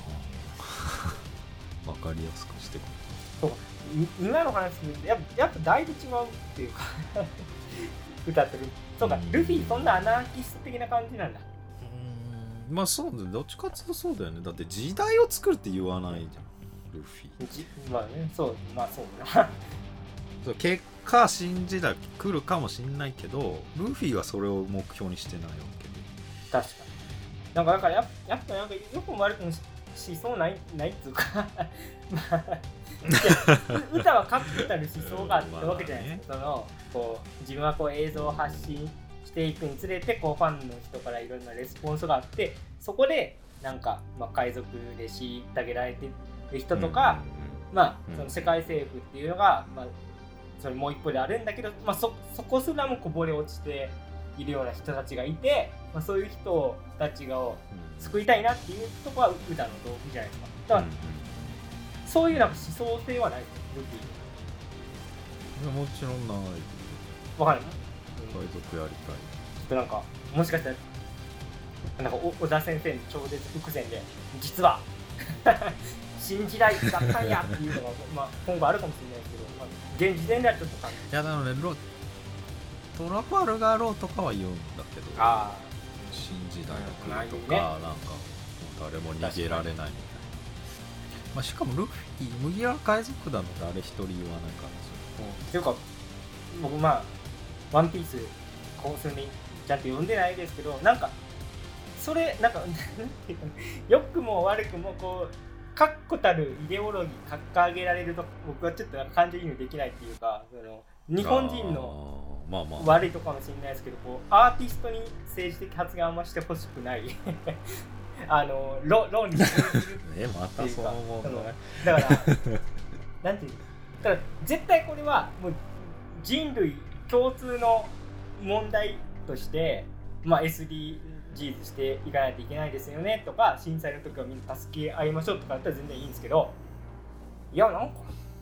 な分かりやすくしてくる。 そう今の話するとやっぱ、やっぱだいぶ違うっていうか歌ってるそうか、うん、ルフィそんなアナーキスト的な感じなんだ。 うーんまあそうだねどっちかっていうとそうだよね。だって時代を作るって言わないじゃんルフィ。 まあねそうまあそうだな結果新時代来るかもしんないけどルフィはそれを目標にしてないわけで。 確かになんかだからややっぱなんかよくも悪くもしそうないないっていうかまあ歌は確固たる思想があったわけじゃないですか、まあね、そのこう自分はこう映像を発信していくにつれてこうファンの人からいろんなレスポンスがあってそこでなんか、まあ、海賊で虐げられてる人とか、うん、まあその世界政府っていうのが、まあ、それもう一方であるんだけど、まあ、そ, そこすらもこぼれ落ちているような人たちがいて、まあ、そういう人たちを救いたいなっていうところは歌の道具じゃないですか。だから、うんそういうなんか思想性はないルフィ。もちろんない。 わかるの？ 海賊やりたい。 ちょっとなんかもしかしたらなんか小田先生の超絶伏線で実は新時代だったんやっていうのがまあ今後あるかもしれないですけど、まあ、現時点ではちょっと感じ。 いやなのでロトラファルガーローとかは言うんだけど、あ新時代が来るとか、ね、なんか誰も逃げられないみたいな。まあ、しかもルフィ、麦わら海賊団って誰一人言わないからですよ。 っていうか、僕まあ、ワンピース、こうするにちゃんと読んでないですけど、なんか、それ、なんか、なんていうか、良くも悪くも、こう、確固たるイデオロギー、掲げられると、僕はちょっと感情移入できないっていうか、その日本人の悪いとこかもしれないですけど、こうアーティストに政治的発言あんましてほしくない。あのロローにするえまたそのものねだからなんていうだから絶対これはもう人類共通の問題として、まあ、エスディージーズ していかないといけないですよねとか震災の時はみんな助け合いましょうとかだったら全然いいんですけどいやなんか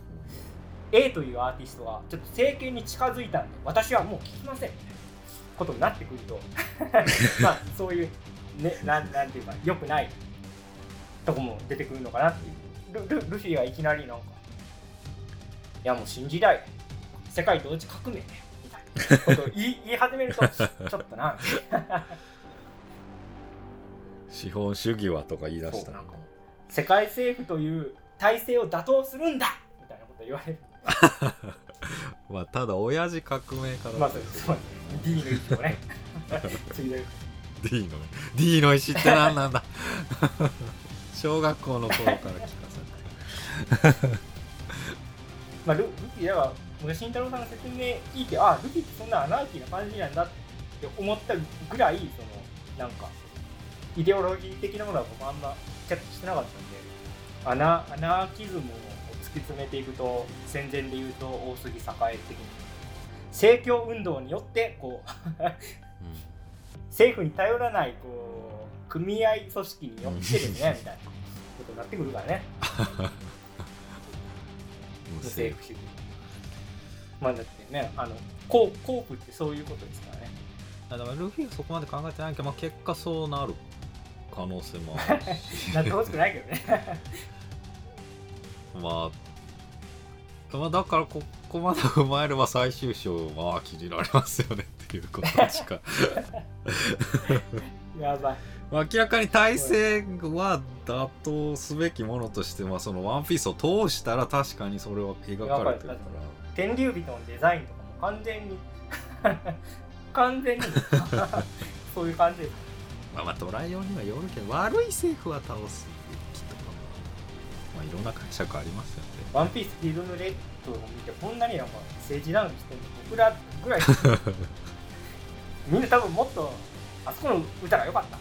A というアーティストがちょっと政権に近づいたんで私はもう聞きませんみたいなことになってくるとまあそういうね、な ん, なんていうか良くないとこも出てくるのかなっていう ル, ル, ルフィはいきなりなんかいやもう新時代世界同時革命ねみたいなことを言 い, 言い始めるとちょっとな資本主義はとか言い出したなんか世界政府という体制を打倒するんだみたいなこと言われるまあただ親父革命家だまあそうですそうです D の意思をね継いでる D のね D の意思って何なんだ小学校の頃から聞かされてまあルルフィだから僕慎太郎さんの説明聞いてあルフィってそんなアナーキーな感じなんだって思ったぐらいそのなんかイデオロギー的なものは僕あんまキャッチしてなかったんでアナアナーキズムを突き詰めていくと戦前で言うと大杉栄的に政教運動によってこう、うん、政府に頼らないこう組合組織によってですねみたいなことになってくるからね無政府主義まあだってねあのコーコープってそういうことですからねだからルフィはそこまで考えてないけど、まあ、結果そうなる可能性もあるしなってほしくないけどねまあ、まあだからここまで踏まえれば最終章は気になりますよねっていうことしかやばい明らかに体制は妥当すべきものとしてはそのワンピースを通したら確かにそれは描かれてるから天竜人のデザインとかも完全に完全にそういう感じですまあまあ捉えようにはよるけど悪い政府は倒すべきとかまあいろんな解釈ありますよねワンピースフィルムレッドを見てこんなになんか政治談義してるの僕らぐらいみんな多分もっとあそこの歌が良かった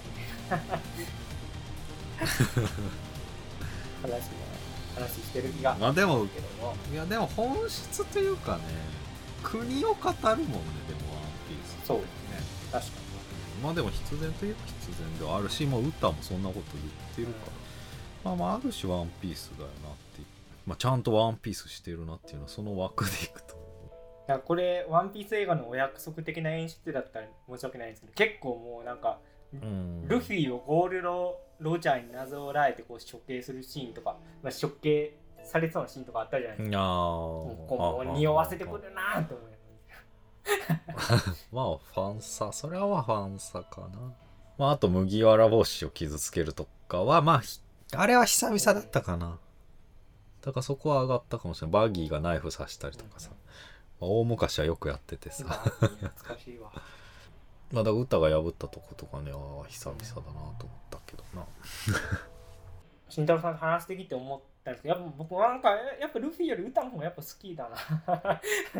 話話してる気がまあでもけどもいやでも本質というかね国を語るもんねでもワンピースそうですね確かにまあでも必然といえば必然ではあるし、まあ、歌もそんなこと言ってるから、うん、まあまあある種ワンピースだよなっていう、まあ、ちゃんとワンピースしてるなっていうのはその枠でいくとだからこれワンピース映画のお約束的な演出だったら申し訳ないんですけど結構もうなんか、うん、ルフィをゴールドロジャーになぞらえてこう処刑するシーンとか、まあ、処刑されそうなシーンとかあったじゃないですか。もう匂わせてくるなと思いまあファンサそれはファンサかな。まああと麦わら帽子を傷つけるとかはまああれは久々だったかな。だからそこは上がったかもしれない。バギーがナイフ刺したりとかさ、まあ、大昔はよくやっててさ懐かしいわまあだから歌が破ったとことかねああ久々だなと思ったけどな慎太郎さんと話してきて思ったんですけどやっぱ僕なんかやっぱルフィより歌の方がやっぱ好きだな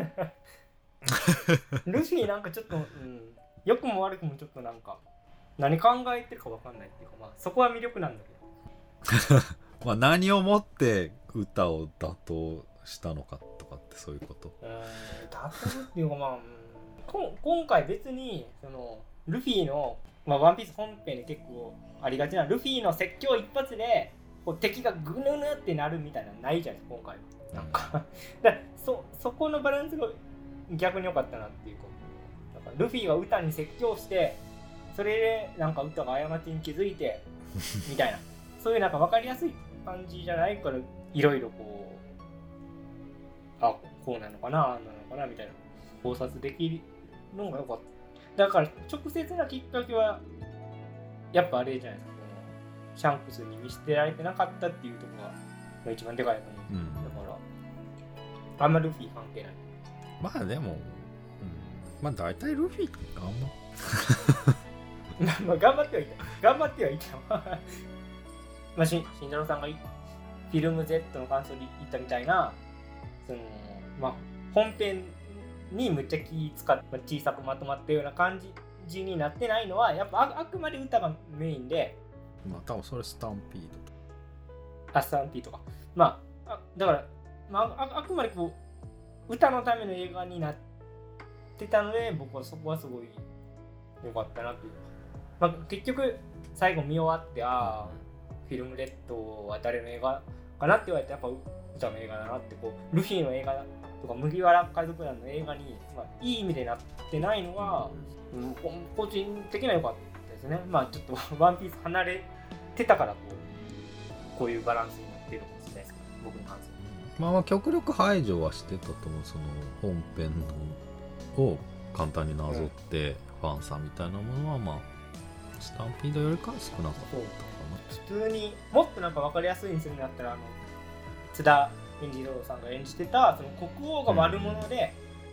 ルフィなんかちょっと、うん、良くも悪くもちょっとなんか何考えてるか分かんないっていうか、まあ、そこは魅力なんだけどまあ何をもって歌を打倒したのかとかってそういうこと。 うーん打倒っていうかまあ、うん、こ今回別にそのルフィの、まあ、ワンピース本編で結構ありがちなルフィの説教一発でこう敵がグヌヌってなるみたいなのないじゃないですか今回なんかだ そ, そこのバランスが逆に良かったなっていうか、なんかルフィが歌に説教してそれでなんか歌が過ちに気づいてみたいなそういうなんか分かりやすい感じじゃないからいろいろこうあこうなのかなああなのかなみたいな考察できるのが良かった。だから直接なきっかけはやっぱあれじゃないですか、シャンクスに見捨てられてなかったっていうところが一番でかいと思うんです、うん、だからあんまルフィ関係ない。 まあでも、うん、まあ大体ルフィあんままあ頑張ってはいた頑張ってはいたまあし慎太郎さんがフィルム Z の感想で言ったみたいなそのまあ本編にむっちゃ気使って小さくまとまったような感じになってないのはやっぱ あ, あくまで歌がメインで、 まあ多分それスタンピードとあスタンピードとかまあだから、まあ、あ, あくまでこう歌のための映画になってたので僕はそこはすごい良かったなという、まあ、結局最後見終わってああフィルムレッドは誰の映画かなって言われてやっぱ歌の映画だなってこうルフィの映画とか麦わら海賊団の映画に、まあ、いい意味でなってないのが、うん、個人的には良かったですね。まあちょっとワンピース離れてたからこうこういうバランスになっているかもしれないですけど僕の感想。 まあまあ極力排除はしてたと思う。その本編のを簡単になぞって、うん、ファンさみたいなものはまあスタンピードよりかは少なかったかな。 普通にもっとなんか分かりやすいにするんだったらあの津田健次郎さんが演じてたその国王が悪者で、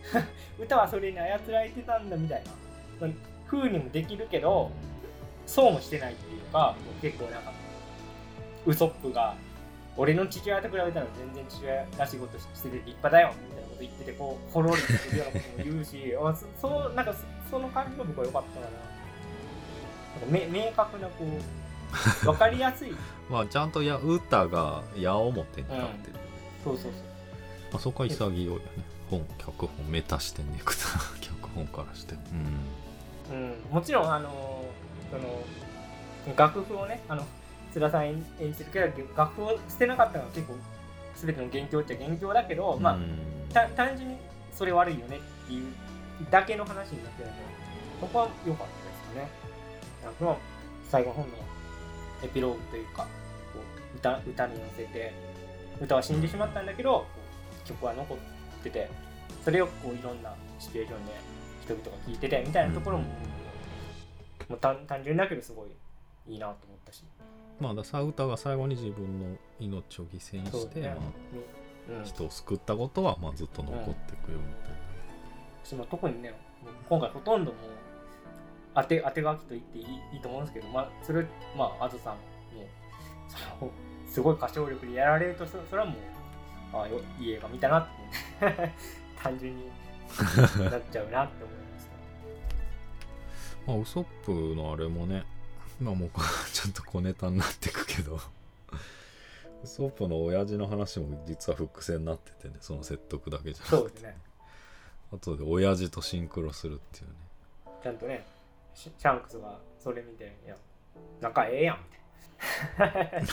歌はそれに操られてたんだみたいな風にもできるけど、そうもしてないっていうか、もう結構なんかウソップが俺の父親と比べたら全然父親が仕事してて立派だよみたいなこと言ってて、こうほろりとするようなことも言うしあ そ, そうなんか そ, その感じが僕は良かったかな。なんかめ明確なこう分かりやすいまあちゃんとや歌が矢面に立ってる、うん、 そうそうそう、 まあ、そこは潔いよね。本脚本メタしてね脚本からして、 うん、うん、もちろんあのその楽譜をね、あの津田さん演じてるけど楽譜を捨てなかったのは結構全ての元凶っちゃ元凶だけど、まあ、うん、単純にそれ悪いよねっていうだけの話になってるので、そこは良かったですかね。なんか最後の本のエピローグというか、こう 歌, 歌に乗せて歌は死んでしまったんだけど曲は残ってて、それをこういろんなシチュエーションで人々が聴いててみたいなところも、うん、もう単純だけどすごいいいなと思ったし、 まあださ歌が最後に自分の命を犠牲にして、ね、まあうん、人を救ったことはまあずっと残っていくよみたいな、 うん、まあ特にね今回ほとんどもう当て当て書きと言っていい、いいと思うんですけど、まあそれまああずさんもそのすごい歌唱力でやられるとそれはもうああよいい映画見たなって単純になっちゃうなって思いましたまあウソップのあれもね、まあもうちょっと小ネタになってくけどウソップの親父の話も実は伏線になっててね、その説得だけじゃなくて、 そうですね、 後で親父とシンクロするっていうね、 ちゃんとねシャンクスがそれ見て、いや仲ええやんみたいない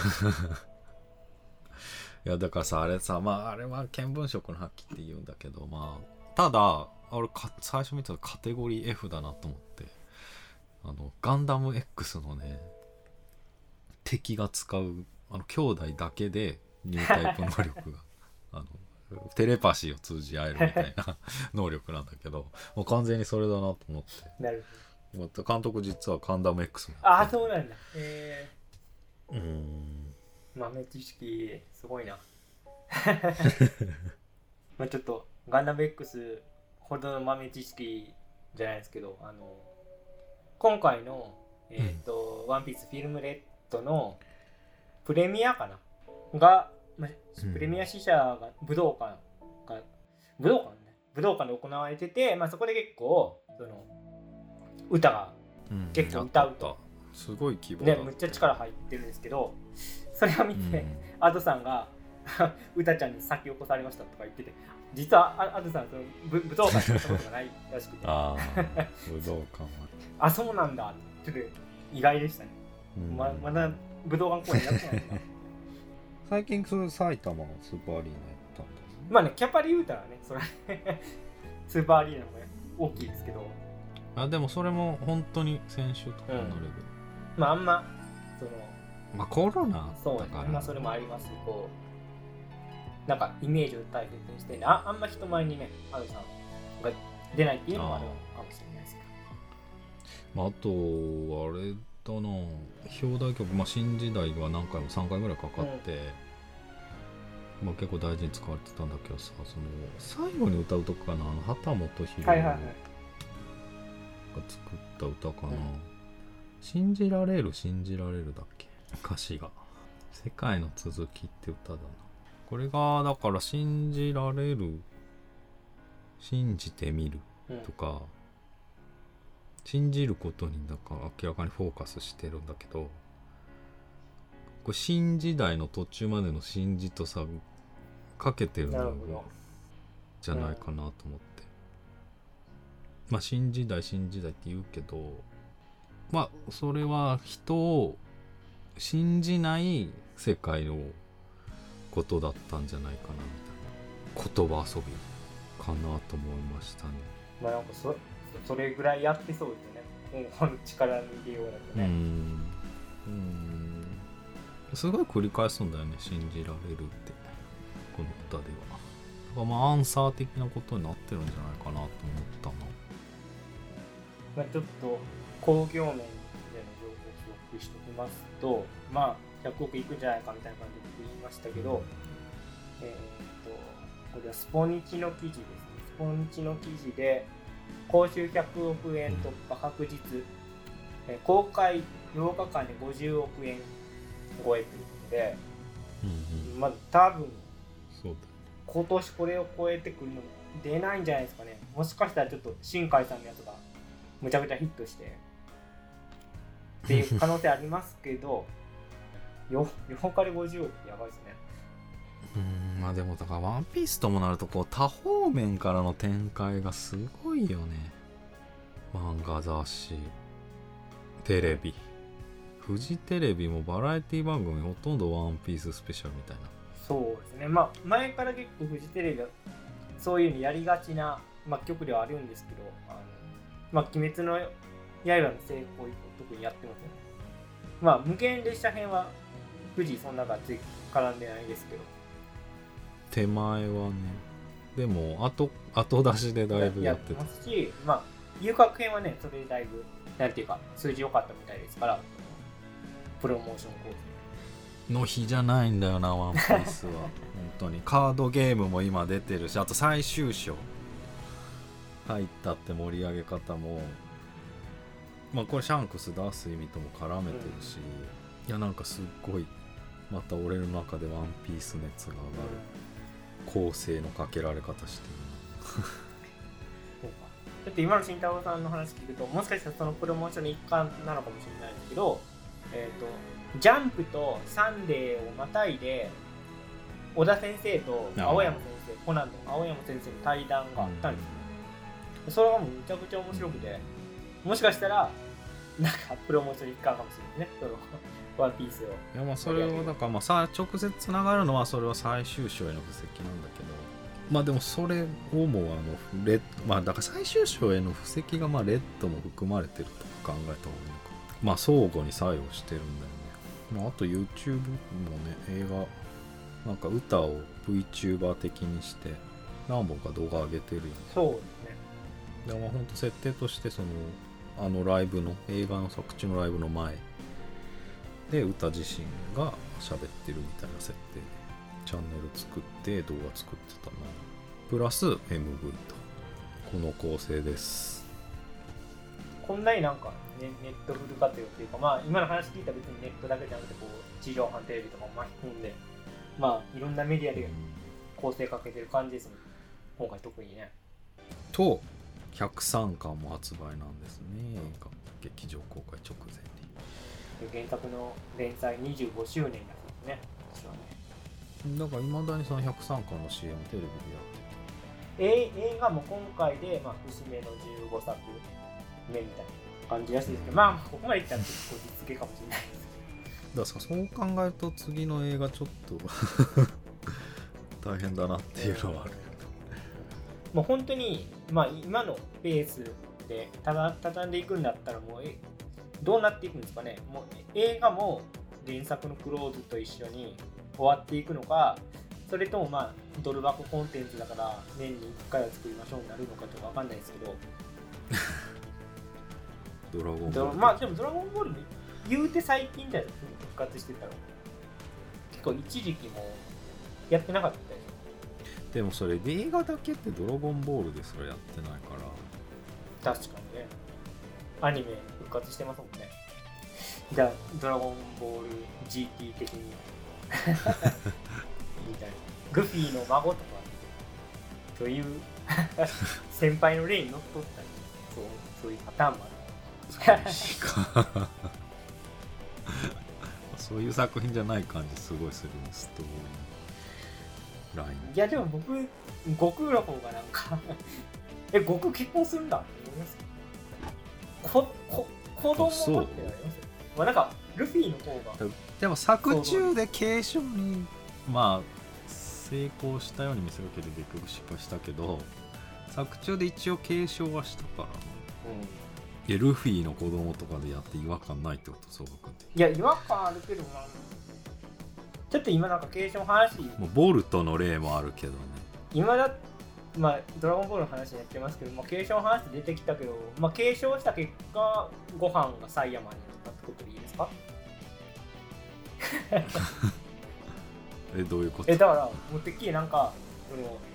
やだからさあれさ、まああれは見聞色の発揮って言うんだけど、まあただ俺か最初見たらカテゴリー F だなと思って、あのガンダム X のね敵が使うあの兄弟だけでニュータイプ能力があのテレパシーを通じ合えるみたいな能力なんだけど、もう完全にそれだなと思って。 なるほど。監督実はガンダム X もああそうなんだ。えー、うーん豆知識すごいなまあちょっとガンダム X ほどの豆知識じゃないですけど、あの今回のえっ、ー、と、うん、ワンピースフィルムレッドのプレミアかなが、まあ、プレミア試写が武道館が武道館ね武道館で行われてて、まあそこで結構その歌が結構歌うと、 うん、すごい規模ね、むっちゃ力入ってるんですけど、それを見て、うん、アドさんが歌ちゃんに先を越されましたとか言ってて、実はアドさんその 武, 武道館に行ったことがないらしくてあ武道館はあそうなんだちょっと意外でしたね、うん、ま, まだ武道館公演やってないのか最近埼玉のスーパーアリーナやったんだ、ね、 まあねキャパで言うたらねそれスーパーアリーナの方が大きいですけど、 あでもそれも本当に選手とかのレベル、うん、 まああんまそのまあコロナそうだから、まあ、それもありますし、こうなんかイメージを大切にして、ね、あ, あんま人前にねアドさんが出ないっていうのもあるかもしれないですけど、まあ、あとあれだな表題曲、まあ、新時代は何回もさんかいぐらいかかって、うんまあ、結構大事に使われてたんだけどさ、その最後に歌うとこかな、あの畑本博が作った歌かな、はいはいはい、信じられる信じられるだっけ歌詞が世界の続きって歌だな。これがだから信じられる信じてみるとか、うん、信じることになんか明らかにフォーカスしてるんだけど、これ新時代の途中までの信じとさかけてるのじゃないかなと思って、まあ新時代新時代って言うけど、まあそれは人を信じない世界のことだったんじゃないかなみたいな言葉遊びかなと思いましたね。 まあなんか そ, それぐらいやってそうですよね、この力の入れようだとね。うんうんすごい繰り返すんだよね、信じられるってこの歌では。だからまあアンサー的なことになってるんじゃないかなと思ったな。 まあ、ちょっと工業面での情報を記憶しておきますと、まあひゃくおくいくんじゃないかみたいな感じで言いましたけど、えー、っとこれはスポニチの記事ですね。ス本日の記事で報酬ひゃくおくえん突破確実、え公開ようかかんでごじゅうおくえん超えということで、 うんうん、 まあ多分そうだ今年これを超えてくるの出ないんじゃないですかね。もしかしたらちょっと新海さんのやつがむちゃくちゃヒットしてっていう可能性ありますけどよようかでごじゅうおくってやばいですね。 うん、まあでもだからワンピースともなるとこう多方面からの展開がすごいよね。漫画雑誌、テレビ、フジテレビもバラエティ番組ほとんどワンピーススペシャルみたいな。 そうですね。まあ前から結構フジテレビはそういうのやりがちな、まあ、局ではあるんですけど、あのまあ鬼滅の刃の成功以降特にやってますよね。まあ無限列車編はフジそんながっつり絡んでないですけど、 手前はね、でも後後出しでだいぶやってた。 やってますし、まあ遊郭編はね、それでだいぶなんていうか数字良かったみたいですから、プロモーションコースの日じゃないんだよな、ワンピースは。本当にカードゲームも今出てるし、あと最終章入ったって盛り上げ方も、まあこれシャンクス出す意味とも絡めてるし、うん、いやなんかすっごいまた俺の中でワンピース熱が上がる、うん、構成のかけられ方してる。 そうか。だって今の慎太郎さんの話聞くと、もしかしたらそのプロモーションの一環なのかもしれないですけど、えっとジャンプとサンデーをまたいで小田先生と青山先生、コナンの青山先生の対談があったんですよ、うん、それがもうめちゃくちゃ面白くて、もしかしたらなんかプロモーション一環かもしれないですね、そのワンピースを。 いやまあそれをだからまあさ直接つながるのはそれは最終章への布石なんだけど、まあでもそれをもあのレッまあだから最終章への布石がまあレッドも含まれてると考えた方がいいのか、まあ相互に作用してるんだよね。まあ、あと YouTube もね、映画なんか歌を VTuber 的にして何本か動画上げてるよね。 そうですね。 でも本当設定としてそのあのライブの映画の作中のライブの前で歌自身が喋ってるみたいな設定でチャンネル作って動画作ってたな。プラス エムブイ とこの構成です。 こんなになんか、ね、ネットフル活用っていうか、まあ今の話聞いたら別にネットだけじゃなくてこう地上波テレビとかも巻き込んで、まあいろんなメディアで構成かけてる感じですね、今回特にね。 とひゃくさんかんも発売なんですね、映画劇場公開直前に。 原作の連載にじゅうごしゅうねんらしいですね、私はね。 だからいまだにそのひゃくさんかんの シーエム テレビでやってて、映画も今回で、まあ、節目のじゅうごさくめみたいな感じらしいですけど、まあここまでいったら結構実現かもしれないですけど。 だからそう考えると次の映画ちょっと大変だなっていうのはある。 もう本当に、まあ、今のペースでただ畳んでいくんだったらもうえどうなっていくんですかね。もう映画も原作のクローズと一緒に終わっていくのか、それともまあドル箱コンテンツだから年にいっかいは作りましょうになるのかちょっと分かんないですけどドラゴンボールまあでもドラゴンボール言うて最近だよ、復活してたら結構一時期もやってなかったでしょ。 でもそれ映画だけってドラゴンボールでそれやってないから。 確かにね、アニメ復活してますもんね。じゃあドラゴンボール ジーティー 的にみたいな、グフィーの孫とかそういう先輩の例にのっとったり、そうそういうパターンもある。 そういう作品じゃない感じすごいするね、ストーリーライン。 いやでも僕悟空の方がなんかえ悟空結婚するんだって思いますよ。ここ子供ってなりますよ。まあなんかルフィの方がでも作中で継承にまあ成功したように見せるけど結局失敗したけど、作中で一応継承はしたからな。うんいやルフィの子供とかでやって違和感ないってこと？そうかって。 いや違和感あるけどな。ちょっと今なんか継承の話もうボルトの例もあるけどね。 今だまあドラゴンボールの話やってますけど、まあ、継承の話出てきたけど、まあ、継承した結果ご飯がサイヤマンになったってことでいいですか？ えどういうこと？ えだからもうてっきりなんかその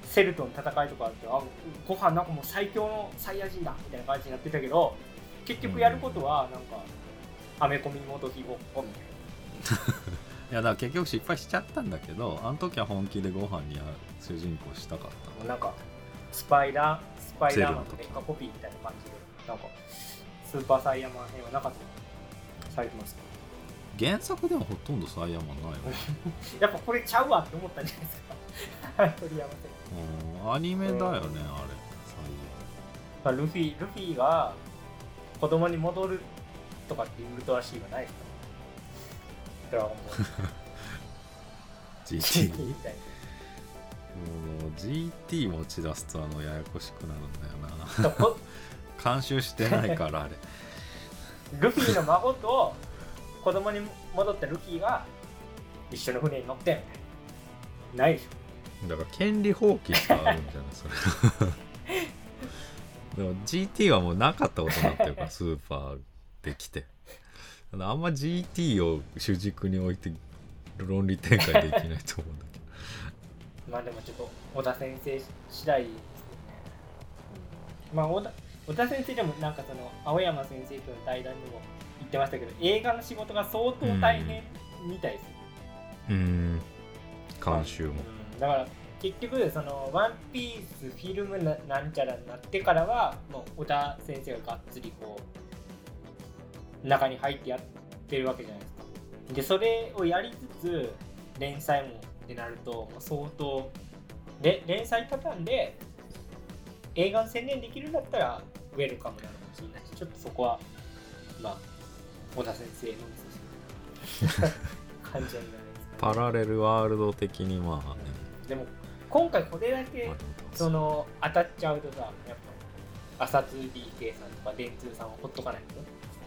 セルとの戦いとかあってあご飯なんかもう最強のサイヤ人だみたいな感じになってたけど結局やることはなんかアメコミ元木ごっこみたいいやだから結局失敗しちゃったんだけどあの時は本気でご飯に主人公したかったななんかスパイダースパイダーマンのセルの時メカコピーみたいな感じでなんかスーパーサイヤマン編はなかったされてますか原作ではほとんどサイヤマンないよねやっぱこれちゃうわって思ったんじゃないですか鳥山先うんアニメだよね、あれサイ生ルフィルフィが子供に戻るとかっていうウルトラシーンはないですかドラゴンボールヤマン ジーティーみたいなもう ジーティー 持ち出すとあのややこしくなるんだよなこ監修してないからあれルフィの孫と子供に戻ったルフィが一緒の船に乗ってんみたいなないでしょだから権利放棄しかあるんじゃないそれでも ジーティー はもうなかったことになってるからスーパーできてあんま ジーティー を主軸に置いて論理展開できないと思うんだけどまあでもちょっと小田先生次第ですね、うん、まあ小田小田先生でもなんかその青山先生との対談でも言ってましたけど映画の仕事が相当大変みたいですようーん監修も、 うん、だから結局そのワンピースフィルム な, なんちゃらになってからはもう小田先生ががっつりこう中に入ってやってるわけじゃないですかでそれをやりつつ連載もってなるともう相当で連載パターンで映画に専念できるんだったらウェルカムなのかもしれないしちょっとそこはまあ小田先生のミスする感じなんじゃないですか、 パラレルワールド的にまあね、 うん、でも今回これだけその当たっちゃうとさやっぱ朝 ツービーケー さんとか電通さんはほっとかないと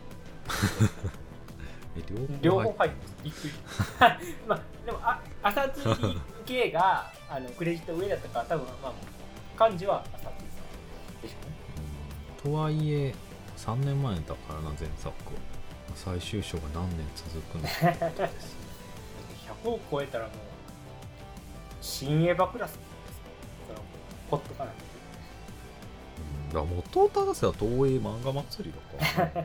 両方入ってますびっくりまあでもあ朝 ツービーケー があのクレジット上だったから多分まあ漢字は朝 ツービーさんでしょうね、 うん、とはいえさんねんまえだからな前作最終章が何年続くのかですひゃくを超えたらもう新エヴァクラスですそのほっとかないうんだから元を正せは東映漫画祭りだから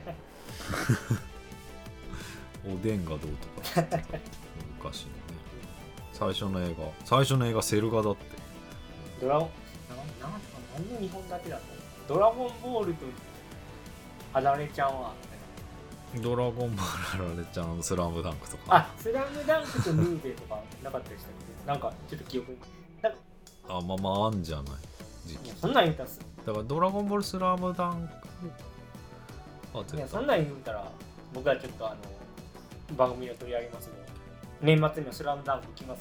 おでんがどうとか言ってた昔のね最初の映画最初の映画セルガだってドラゴンななんか何の日本だけだったドラゴンボールとあられちゃんはドラゴンボールあられちゃんスラムダンクとかあスラムダンクとヌーベとかなかったでしたっけなんかちょっと記憶になんかあまあまああんじゃない時期そんなん言うたらすだからドラゴンボールスラムダンクあいやそんなん言うたら僕はちょっとあの番組を取り上げますよ年末にはスラムダンク来ます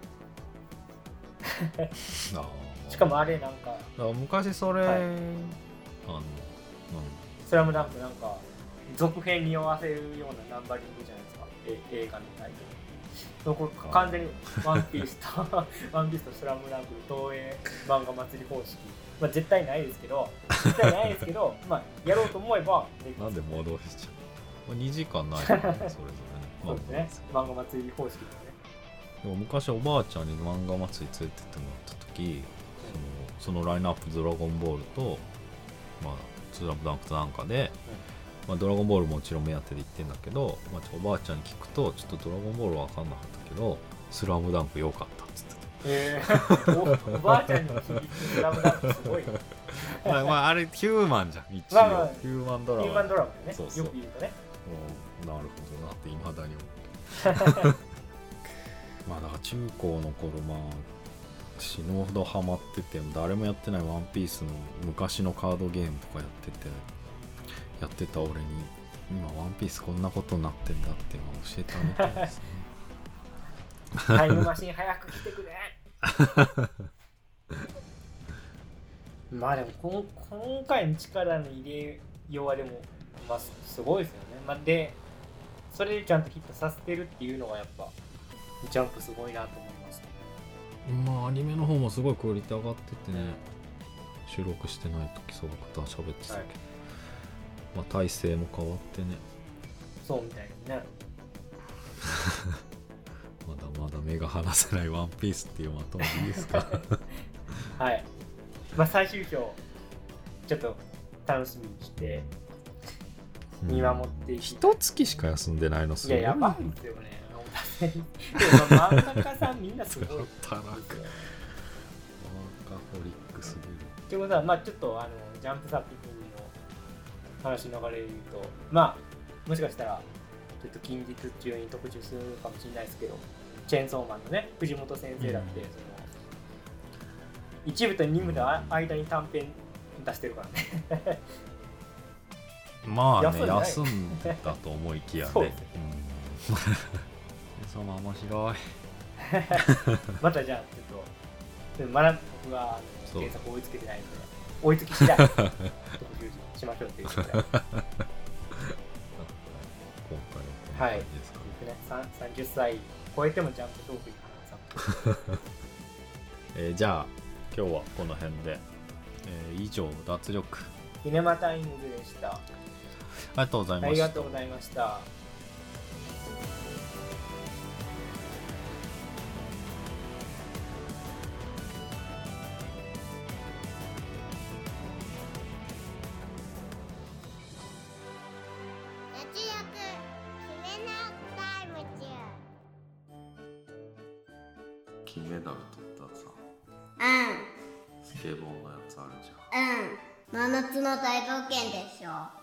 からねあしかもあれなんかだから昔それ、はい、あのなんスラムダンクなんか続編に合わせるようなナンバリングじゃないですかえ映画のタイトルこれ完全にワンピースとワンピースとスラムダンク東映漫画祭り方式まあ絶対ないですけど絶対ないですけどまあやろうと思えばできますなんで戻しちゃうにじかんないからねそれぞれねそうですね漫画祭り方式ですねでも昔おばあちゃんに漫画祭り連れてってもらった時、うん、そのそのラインナップドラゴンボールとまあスラムダンクとなんかで、うんまあ、ドラゴンボールもちろん目当てで言ってんだけど、まあ、おばあちゃんに聞くとちょっとドラゴンボールは分かんなかったけどスラムダンク良かったっつってたえー、お, おばあちゃんにも響くスラムダンクすごいまあ、まあ、あれヒューマンじゃん一応、 まあまあ、 ヒューマンドラマヒューマンドラマねそうそうよく言うとねなるほどなって未だに思うまあだから中高の頃まあ死ぬほどハマってて誰もやってないワンピースの昔のカードゲームとかやっててやってた俺に今ワンピースこんなことになってんだっていうのを教えてあげたいですねタイムマシン早く来てくれまあでもこ今回の力の入れようはでも、まあ、すごいですよね、まあ、でそれでちゃんとヒットさせてるっていうのはやっぱジャンプすごいなと思いますね。 まあアニメの方もすごいクオリティ上がっててね、うん、収録してない時そういうことは喋ってたけど、はい、まあ体勢も変わってねそうみたいにねまだまだ目が離せないワンピースっていうまとめでいいですかはい、まあ、最終章ちょっと楽しみにして見守っていきたい。 一月しか休んでないのすごい。 いややばいんですよね。でも漫画家さんみんなすごいですよ。 働くワーカホリックすぎる。 ってことは、まあちょっとあのジャンプサーティーの話の流れで言うと、まあもしかしたらちょっと近日中に特集するかもしれないですけど、チェーンソーマンのね藤本先生だって、うん、その一部と二部の間に短編出してるからねまあね、休んだと思いきやね。 そうですね。 うん、そうまあ面白いまたじゃあちょっとまだ僕は原作追いつけてないので追いつき次第特集しましょうっていうことで今回はこんな感じですか、はい、さんじゅっさい超えてもジャンプトークに話さんえー、じゃあ今日はこの辺で、えー、以上脱力キネマタイムズでした。 ありがとうございました。 ありがとうございました。 金メダル取ったさ、 うん、 スケボーのやつあるじゃん。 うん、真夏の大冒険でしょ。